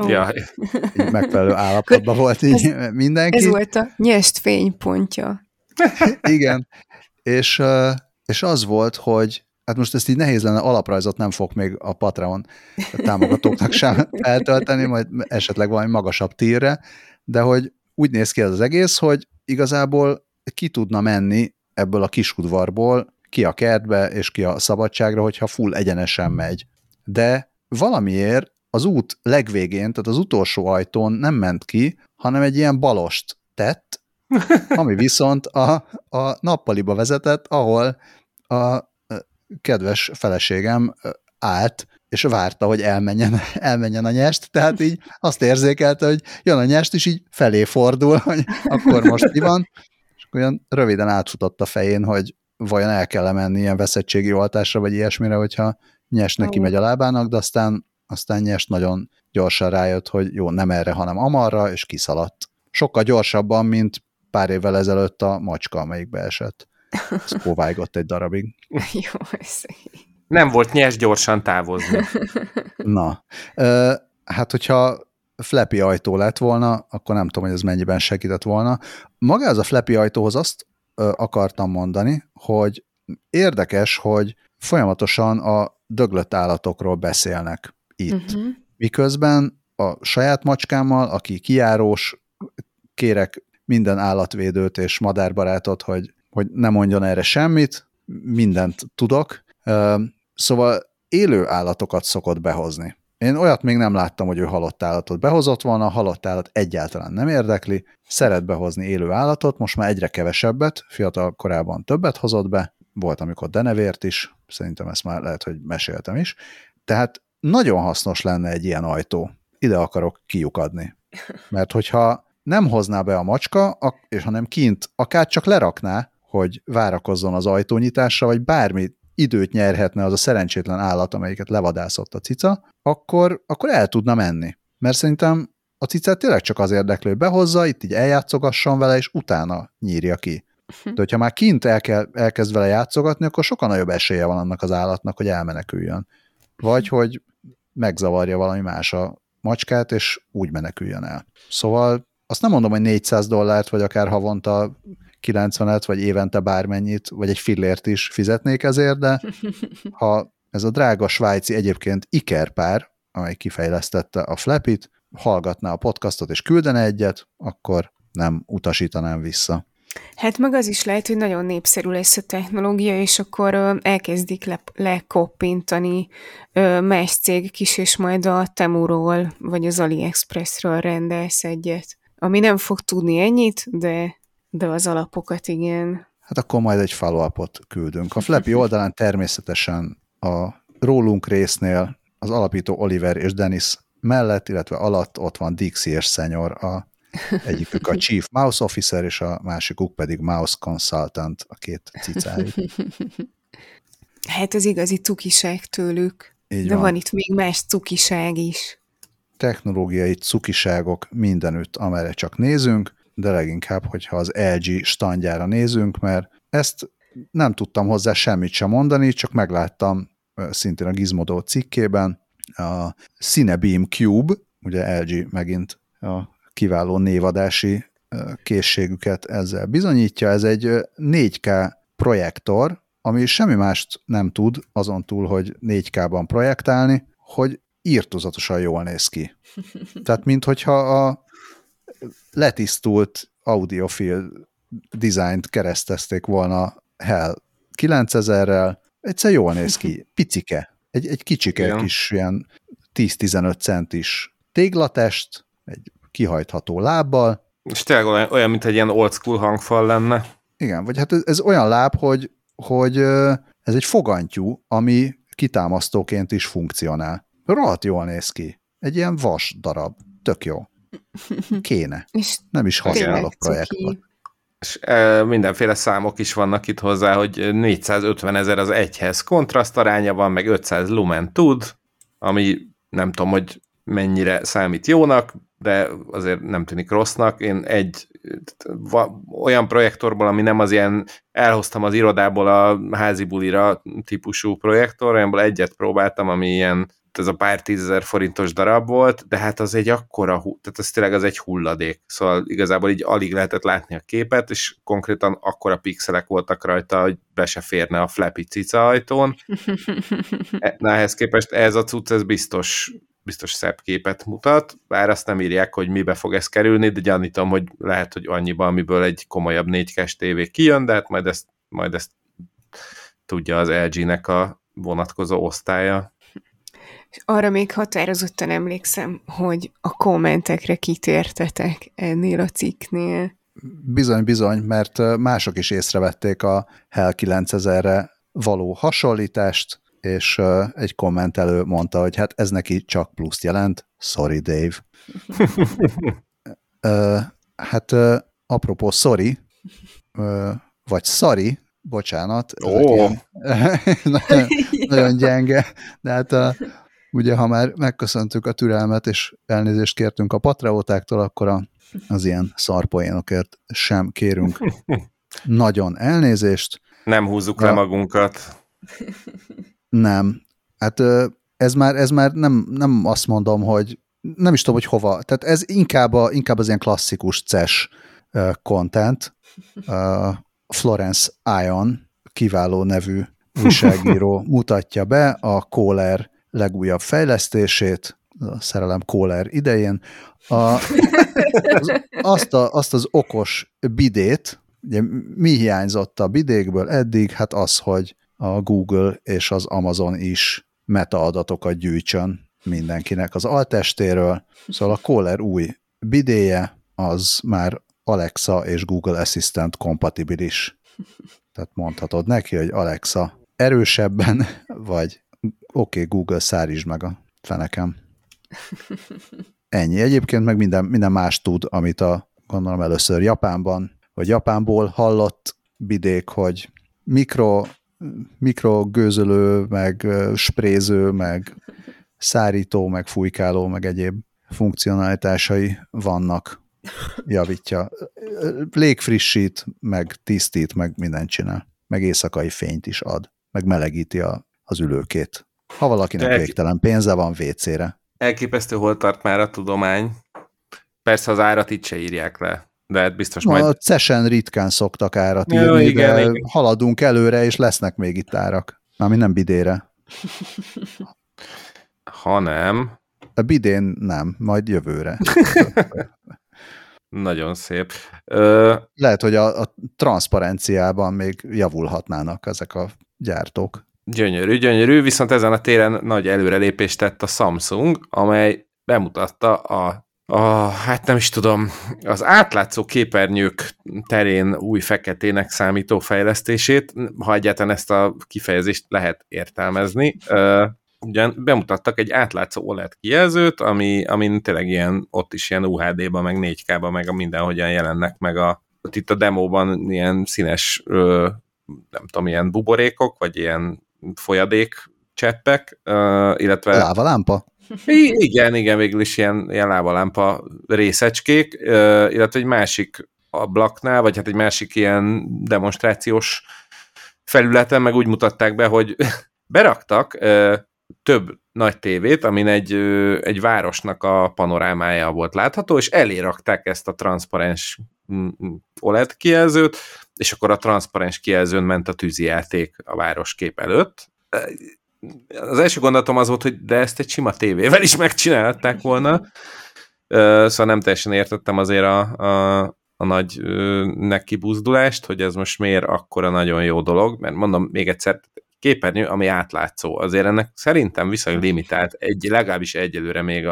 megfelelő állapotban volt így mindenki. Ez volt a nyest fénypontja. Igen, és az volt, hogy hát most ezt így nehéz lenne, alaprajzot nem fog még a Patreon támogatóknak sem eltölteni, majd esetleg valami magasabb tírre, de hogy úgy néz ki az egész, hogy igazából ki tudna menni ebből a kisudvarból, ki a kertbe és ki a szabadságra, hogyha full egyenesen megy. De valamiért az út legvégén, tehát az utolsó ajtón nem ment ki, hanem egy ilyen balost tett, ami viszont a nappaliba vezetett, ahol a kedves feleségem állt, és várta, hogy elmenjen a nyest, tehát így azt érzékelte, hogy jön a nyest, és így felé fordul, hogy akkor most mi van, és olyan röviden átfutott a fején, hogy vajon el kell menni ilyen veszettségi oltásra, vagy ilyesmire, hogyha nyest neki megy a lábának, de aztán nyest nagyon gyorsan rájött, hogy jó, nem erre, hanem amarra, és kiszaladt. Sokkal gyorsabban, mint pár évvel ezelőtt a macska, amelyik beesett. Ez kóvájgott egy darabig. Jó, szegény. Nem volt nyers gyorsan távozni. Na, hát hogyha flappy ajtó lett volna, akkor nem tudom, hogy ez mennyiben segített volna. Maga az a flappy ajtóhoz azt akartam mondani, hogy érdekes, hogy folyamatosan a döglött állatokról beszélnek itt. Miközben a saját macskámmal, aki kijárós, kérek minden állatvédőt és madárbarátot, hogy ne mondjon erre semmit, mindent tudok. Szóval élő állatokat szokott behozni. Én olyat még nem láttam, hogy ő halott állatot behozott volna, a halott állat egyáltalán nem érdekli, szeret behozni élő állatot, most már egyre kevesebbet, fiatal korában többet hozott be, volt amikor denevért is, szerintem ezt már lehet, hogy meséltem is, tehát nagyon hasznos lenne egy ilyen ajtó. Ide akarok kiukadni. Mert hogyha nem hozná be a macska, és hanem kint akár csak lerakná, hogy várakozzon az ajtónyitásra, vagy bármi időt nyerhetne az a szerencsétlen állat, amelyiket levadászott a cica, akkor el tudna menni. Mert szerintem a cicát tényleg csak az érdekli, hogy behozza, itt így eljátszogasson vele, és utána nyírja ki. De hogyha már kint elkezd vele játszogatni, akkor sokkal nagyobb esélye van annak az állatnak, hogy elmeneküljön. Vagy hogy megzavarja valami más a macskát, és úgy meneküljön el. Szóval azt nem mondom, hogy $400, vagy akár havonta 90-et, vagy évente bármennyit, vagy egy fillért is fizetnék ezért, de ha ez a drága svájci egyébként ikerpár, amely kifejlesztette a Flappyt, hallgatná a podcastot és küldene egyet, akkor nem utasítanám vissza. Hát meg az is lehet, hogy nagyon népszerű lesz a technológia, és akkor elkezdik lekoppintani más cégek is, és majd a Temuról, vagy az AliExpressről rendelsz egyet. Ami nem fog tudni ennyit, de az alapokat igen. Hát akkor majd egy follow-upot küldünk. A Flappy oldalán természetesen a rólunk résznél az alapító Oliver és Dennis mellett, illetve alatt ott van Dixie és Senior, egyikük a Chief Mouse Officer, és a másikuk pedig Mouse Consultant, a két cicájuk. Hát az igazi cukiság tőlük. Így de van. Van itt még más cukiság is. Technológiai cukiságok mindenütt, amerre csak nézünk, de leginkább, hogyha az LG standjára nézünk, mert ezt nem tudtam hozzá semmit sem mondani, csak megláttam szintén a Gizmodo cikkében a Cinebeam Cube, ugye LG megint a kiváló névadási készségüket ezzel bizonyítja. Ez egy 4K projektor, ami semmi mást nem tud, azon túl, hogy 4K-ban projektálni, hogy irtózatosan jól néz ki. Tehát, minthogyha a letisztult audiofil dizájnt keresztezték volna Hell 9000-rel, egyszer jól néz ki, picike, egy kicsike, igen, kis ilyen 10-15 centis téglatest, egy kihajtható lábbal. És tényleg olyan, mint egy ilyen old school hangfal lenne. Igen, vagy hát ez olyan láb, hogy ez egy fogantyú, ami kitámasztóként is funkcionál. Rohadt jól néz ki. Egy ilyen vas darab. Tök jó. Kéne. Nem is használok projektot. És mindenféle számok is vannak itt hozzá, hogy 450 000 az egyhez kontrasztaránya van, meg 500 lumen tud, ami nem tudom, hogy mennyire számít jónak, de azért nem tűnik rossznak. Én olyan projektorból, ami nem az ilyen elhoztam az irodából a házi bulira típusú projektor, olyanból egyet próbáltam, ami ilyen, ez a pár 10 000 forintos darab volt, de hát az egy akkora, tehát ez tényleg az egy hulladék. Szóval igazából így alig lehetett látni a képet, és konkrétan akkora pixelek voltak rajta, hogy be se férne a Flappy cica ajtón. Na, ehhez képest ez a cucc, ez biztos szebb képet mutat, bár azt nem írják, hogy mibe fog ez kerülni, de gyanítom, hogy lehet, hogy annyiban, amiből egy komolyabb 4K-s tévé kijön, de hát majd ezt tudja az LG-nek a vonatkozó osztálya. És arra még határozottan emlékszem, hogy a kommentekre kitértetek ennél a cikknél. Bizony, mert mások is észrevették a Hell 9000-re való hasonlítást, és egy kommentelő mondta, hogy hát ez neki csak pluszt jelent, sorry Dave. Hát apropó sorry, vagy sorry, bocsánat, nagyon gyenge, de hát ugye, ha már megköszöntük a türelmet, és elnézést kértünk a patriótáktól, akkor az ilyen szarpoénokért sem kérünk nagyon elnézést. Nem húzzuk le magunkat. Nem. Hát ez már nem azt mondom, hogy nem is tudom, hogy hova. Tehát ez inkább az ilyen klasszikus CES content. Florence Ion, kiváló nevű újságíró mutatja be a Kohler legújabb fejlesztését, a szerelem Kohler idején. Azt az okos bidét, ugye mi hiányzott a bidékből eddig? Hát az, hogy a Google és az Amazon is metaadatokat gyűjtsön mindenkinek az altestéről. Szóval a Kohler új bidéje az már Alexa és Google Assistant kompatibilis. Tehát mondhatod neki, hogy Alexa erősebben, vagy oké, Google szárítsd meg a fenekem. Ennyi. Egyébként meg minden más tud, amit gondolom először Japánban, vagy Japánból hallott bidék, hogy mikrogőzölő, meg spréző, meg szárító, meg fújkáló, meg egyéb funkcionalitásai vannak. Javítja. Légfrissít, meg tisztít, meg mindent csinál. Meg éjszakai fényt is ad. Meg melegíti az ülőkét. Ha valakinek végtelen pénze van WC-re. Elképesztő, hol tart már a tudomány. Persze az árat itt se írják le. De hát biztos majd... A CES-en ritkán szoktak árat írni, igen. Haladunk előre, és lesznek még itt árak. Mármint nem bidére. Ha nem... A bidén nem, majd jövőre. Nagyon szép. Lehet, hogy a transzparenciában még javulhatnának ezek a gyártók. Gyönyörű, viszont ezen a téren nagy előrelépést tett a Samsung, amely bemutatta hát nem is tudom, az átlátszó képernyők terén új feketének számító fejlesztését, ha egyáltalán ezt a kifejezést lehet értelmezni. Ugyan bemutattak egy átlátszó OLED kijelzőt, amin tényleg ott is ilyen UHD-ba, meg 4K-ba, meg mindenhogyan jelennek, meg ott itt a demóban ilyen színes, nem tudom, ilyen buborékok, vagy ilyen folyadék cseppek, illetve... Lávalámpa? Igen, végül is ilyen lávalámpa részecskék, illetve egy másik ablaknál, vagy hát egy másik ilyen demonstrációs felületen meg úgy mutatták be, hogy beraktak több nagy tévét, amin egy városnak a panorámája volt látható, és elé rakták ezt a transzparens OLED kijelzőt, és akkor a transzparens kijelzőn ment a tűzijáték a városkép előtt. Az első gondolatom az volt, hogy de ezt egy sima tévével is megcsinálták volna, szóval nem teljesen értettem azért a nagy nekibuzdulást, hogy ez most miért akkora nagyon jó dolog, mert mondom még egyszer, képernyő, ami átlátszó. Azért ennek szerintem viszonylag limitált, legalábbis egyelőre még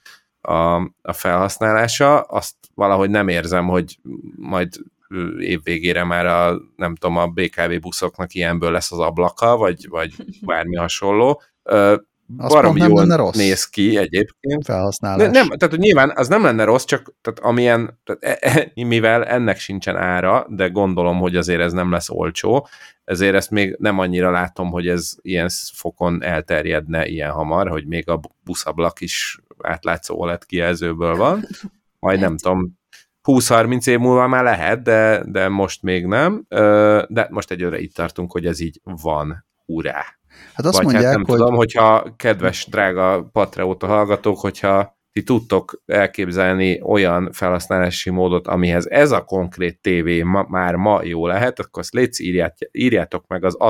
a felhasználása. Azt valahogy nem érzem, hogy majd évvégére már nem tudom, a BKV buszoknak ilyenből lesz az ablaka, vagy bármi hasonló. Baromi jól néz ki egyébként. Felhasználás. Nem, tehát nyilván az nem lenne rossz, csak tehát mivel ennek sincsen ára, de gondolom, hogy azért ez nem lesz olcsó, ezért ezt még nem annyira látom, hogy ez ilyen fokon elterjedne ilyen hamar, hogy még a buszablak is átlátszó OLED kijelzőből van. Majd nem tudom, 20-30 év múlva már lehet, de most még nem. De most egyőre itt tartunk, hogy ez így van. Hurrá! Hát azt vagy mondják, hát nem hogy... tudom, hogyha kedves, drága Patreóta hallgatók, hogyha ti tudtok elképzelni olyan felhasználási módot, amihez ez a konkrét tévé már ma jó lehet, akkor azt légy, írjátok meg az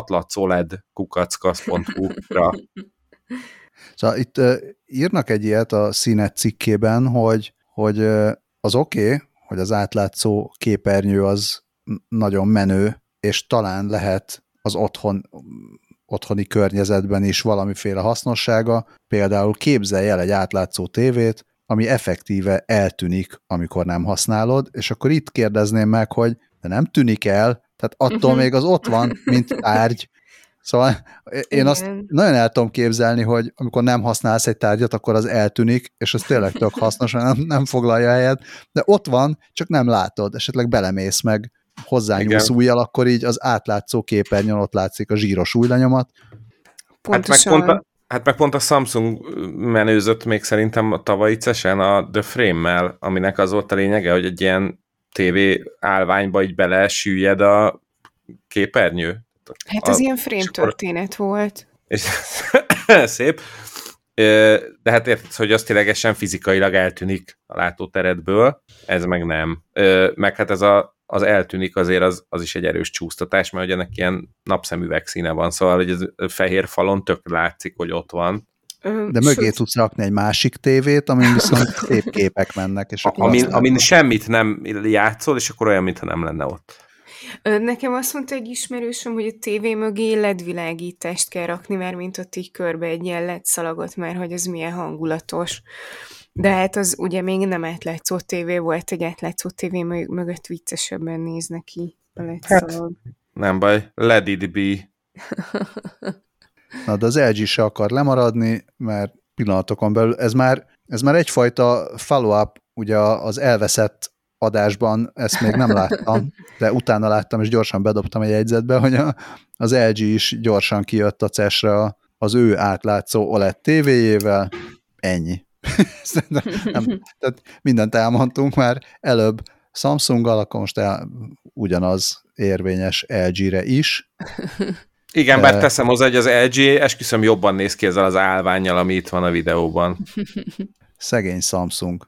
atlacoled@kasz.hu-ra. Szóval itt írnak egy ilyet a Színet cikkében, hogy az oké, hogy az átlátszó képernyő az nagyon menő, és talán lehet az otthoni környezetben is valamiféle hasznossága. Például képzelj el egy átlátszó tévét, ami effektíve eltűnik, amikor nem használod, és akkor itt kérdezném meg, hogy de nem tűnik el, tehát attól még az ott van, mint tárgy. Szóval én azt nagyon el tudom képzelni, hogy amikor nem használsz egy tárgyat, akkor az eltűnik, és az tényleg tök hasznos, nem foglalja helyet, de ott van, csak nem látod, esetleg belemész meg, hozzányúlsz ujjal, akkor így az átlátszó képernyőn ott látszik a zsíros ujjlenyomat. Pontosan. Hát meg pont a Samsung menőzött még szerintem a tavalyi CES-en a The Frame-mel, aminek az volt a lényege, hogy egy ilyen TV állványba így belesüllyed a képernyő. Hát az ilyen frame történet volt. És szép. De hát érted, hogy az ténylegesen fizikailag eltűnik a látóteredből, ez meg nem. Meg hát ez az eltűnik azért az is egy erős csúsztatás, mert ugye ennek ilyen napszemüveg színe van, szóval hogy ez fehér falon tök látszik, hogy ott van. De mögé tudsz rakni egy másik tévét, amin viszont szép képek mennek. És amin semmit nem játszol, és akkor olyan, mintha nem lenne ott. Nekem azt mondta egy ismerősöm, hogy a tévé mögé LED világítást kell rakni, mert mint ott így körbe egy ilyen LED szalagot, mert hogy az milyen hangulatos. De hát az ugye még nem átlátszó tévé volt, egy átlátszó tévé mögött viccesebben néznek ki a LED szalag. Nem baj, let it be. Na, de az LG se akar lemaradni, mert pillanatokon belül ez már egyfajta follow-up, ugye az elveszett adásban, ezt még nem láttam, de utána láttam, és gyorsan bedobtam egy jegyzetbe, hogy az LG is gyorsan kijött a CES-re az ő átlátszó OLED tévéjével. Ennyi. Tehát mindent elmondtunk már előbb Samsunggal, akkor most ugyanaz érvényes LG-re is. Igen, bár teszem hozzá, hogy az LG esküszöm jobban néz ki ezzel az állvánnyal, ami itt van a videóban. Szegény Samsung.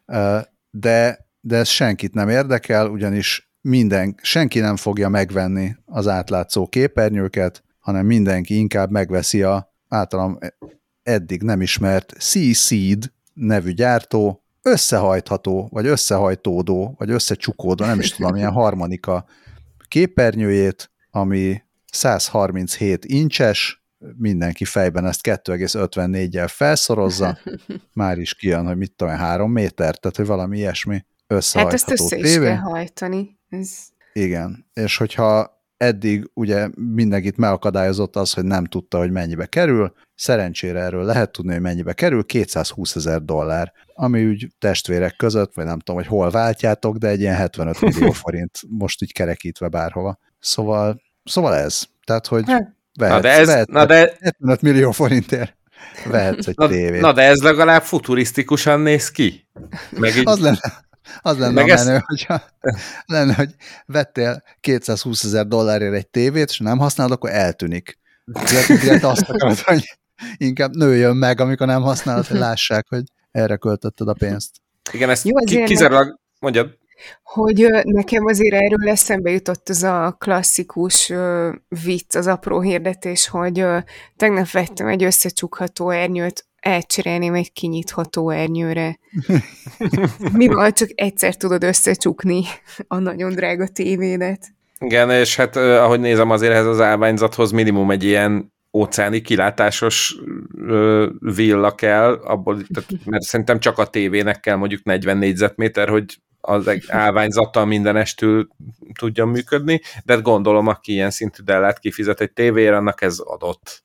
De ez senkit nem érdekel, ugyanis senki nem fogja megvenni az átlátszó képernyőket, hanem mindenki inkább megveszi a általam eddig nem ismert C-Seed nevű gyártó, összehajtható, vagy összehajtódó, vagy összecsukódó, nem is tudom, ilyen harmonika képernyőjét, ami 137 incses, mindenki fejben ezt 2,54-jel felszorozza, már is kijön, hogy mit tudom, 3 méter, tehát hogy valami ilyesmi összehajtható hát ezt össze is kell hajtani. Igen, és hogyha eddig ugye mindenkit megakadályozott az, hogy nem tudta, hogy mennyibe kerül, szerencsére erről lehet tudni, hogy mennyibe kerül, $220,000, ami úgy testvérek között, vagy nem tudom, hogy hol váltjátok, de egy ilyen 75 millió forint most így kerekítve bárhova. Szóval ez. Tehát, hogy vehetsz 75 millió forintért vehetsz egy tévét. Na de ez legalább futurisztikusan néz ki. Meg így... Az lenne a menő, hogyha lenne, hogy vettél $220,000 egy tévét, és nem használod, akkor eltűnik. Direkt azt akarod, hogy inkább nőjön meg, amikor nem használod, hogy lássák, hogy erre költötted a pénzt. Igen, ezt kizárólag mondjad. Hogy nekem azért erről eszembe jutott az a klasszikus vicc, az apró hirdetés, hogy tegnap vettem egy összecsukható ernyőt, elcserélném egy kinyitható ernyőre. Mi van, csak egyszer tudod összecsukni a nagyon drága tévédet. Igen, és hát ahogy nézem, azért ehhez az állványzathoz minimum egy ilyen óceáni kilátásos villa kell, abból, mert szerintem csak a tévének kell mondjuk 40 négyzetméter, hogy az állványzattal mindenestül tudjon működni, de gondolom, aki ilyen szintű dellát kifizet egy tévére, annak ez adott.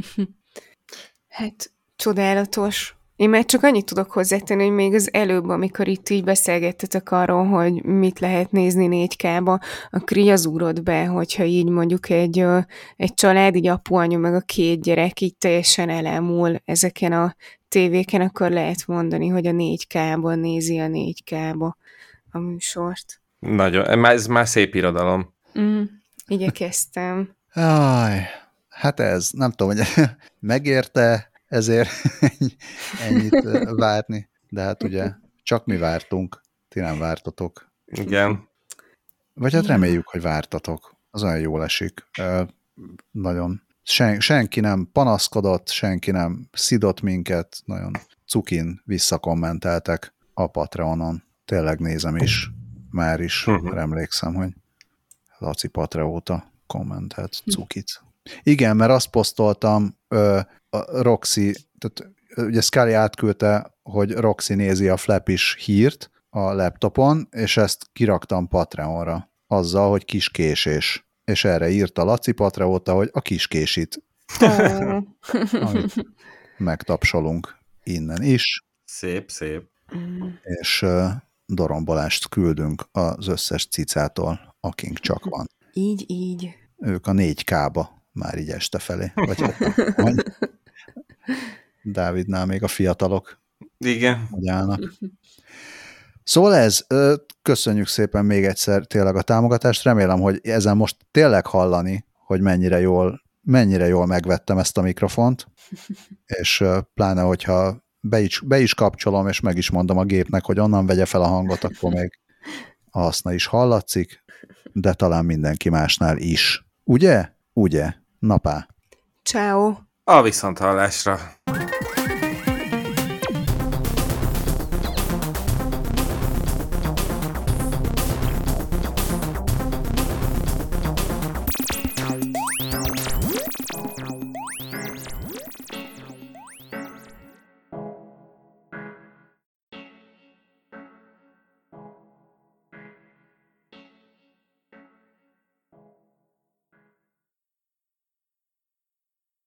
Hát csodálatos. Én már csak annyit tudok hozzátenni, hogy még az előbb, amikor itt így beszélgettetek arról, hogy mit lehet nézni 4K-ba, akkor így az úrod be, hogyha így mondjuk egy család, így apu, anya, meg a 2 gyerek így teljesen elámul ezeken a tévéken, akkor lehet mondani, hogy a 4K-ban nézi a 4K-ba a műsort. Nagyon, ez már szép irodalom. Igyekeztem. Hát ez, nem tudom, hogy megérte ezért ennyit várni, de hát ugye csak mi vártunk, ti nem vártatok. Igen. Vagy hát reméljük, hogy vártatok. Az olyan jól esik. Nagyon. Senki nem panaszkodott, senki nem szidott minket, nagyon cukin visszakommenteltek a Patreonon. Tényleg nézem is, már is emlékszem, hogy Laci Patreóta kommentelt cukit. Igen, mert azt posztoltam, a Roxy, tehát ugye Scully átküldte, hogy Roxy nézi a Flapis hírt a laptopon, és ezt kiraktam Patreonra, azzal, hogy kis késés. és erre írta Laci Patreóta, hogy a kiskésit, amit megtapsolunk innen is. Szép, szép. És dorombolást küldünk az összes cicától, akink csak van. Így. Ők a 4K-ba már így este felé. Vagy hát, Dávidnál még a fiatalok. Igen. Állnak. Szóval ez, köszönjük szépen még egyszer tényleg a támogatást. Remélem, hogy ezen most tényleg hallani, hogy mennyire jól megvettem ezt a mikrofont, és pláne, hogyha be is kapcsolom, és meg is mondom a gépnek, hogy onnan vegye fel a hangot, akkor még a haszna is hallatszik, de talán mindenki másnál is. Ugye? Ugye? Napá. Ciao. A viszonthallásra.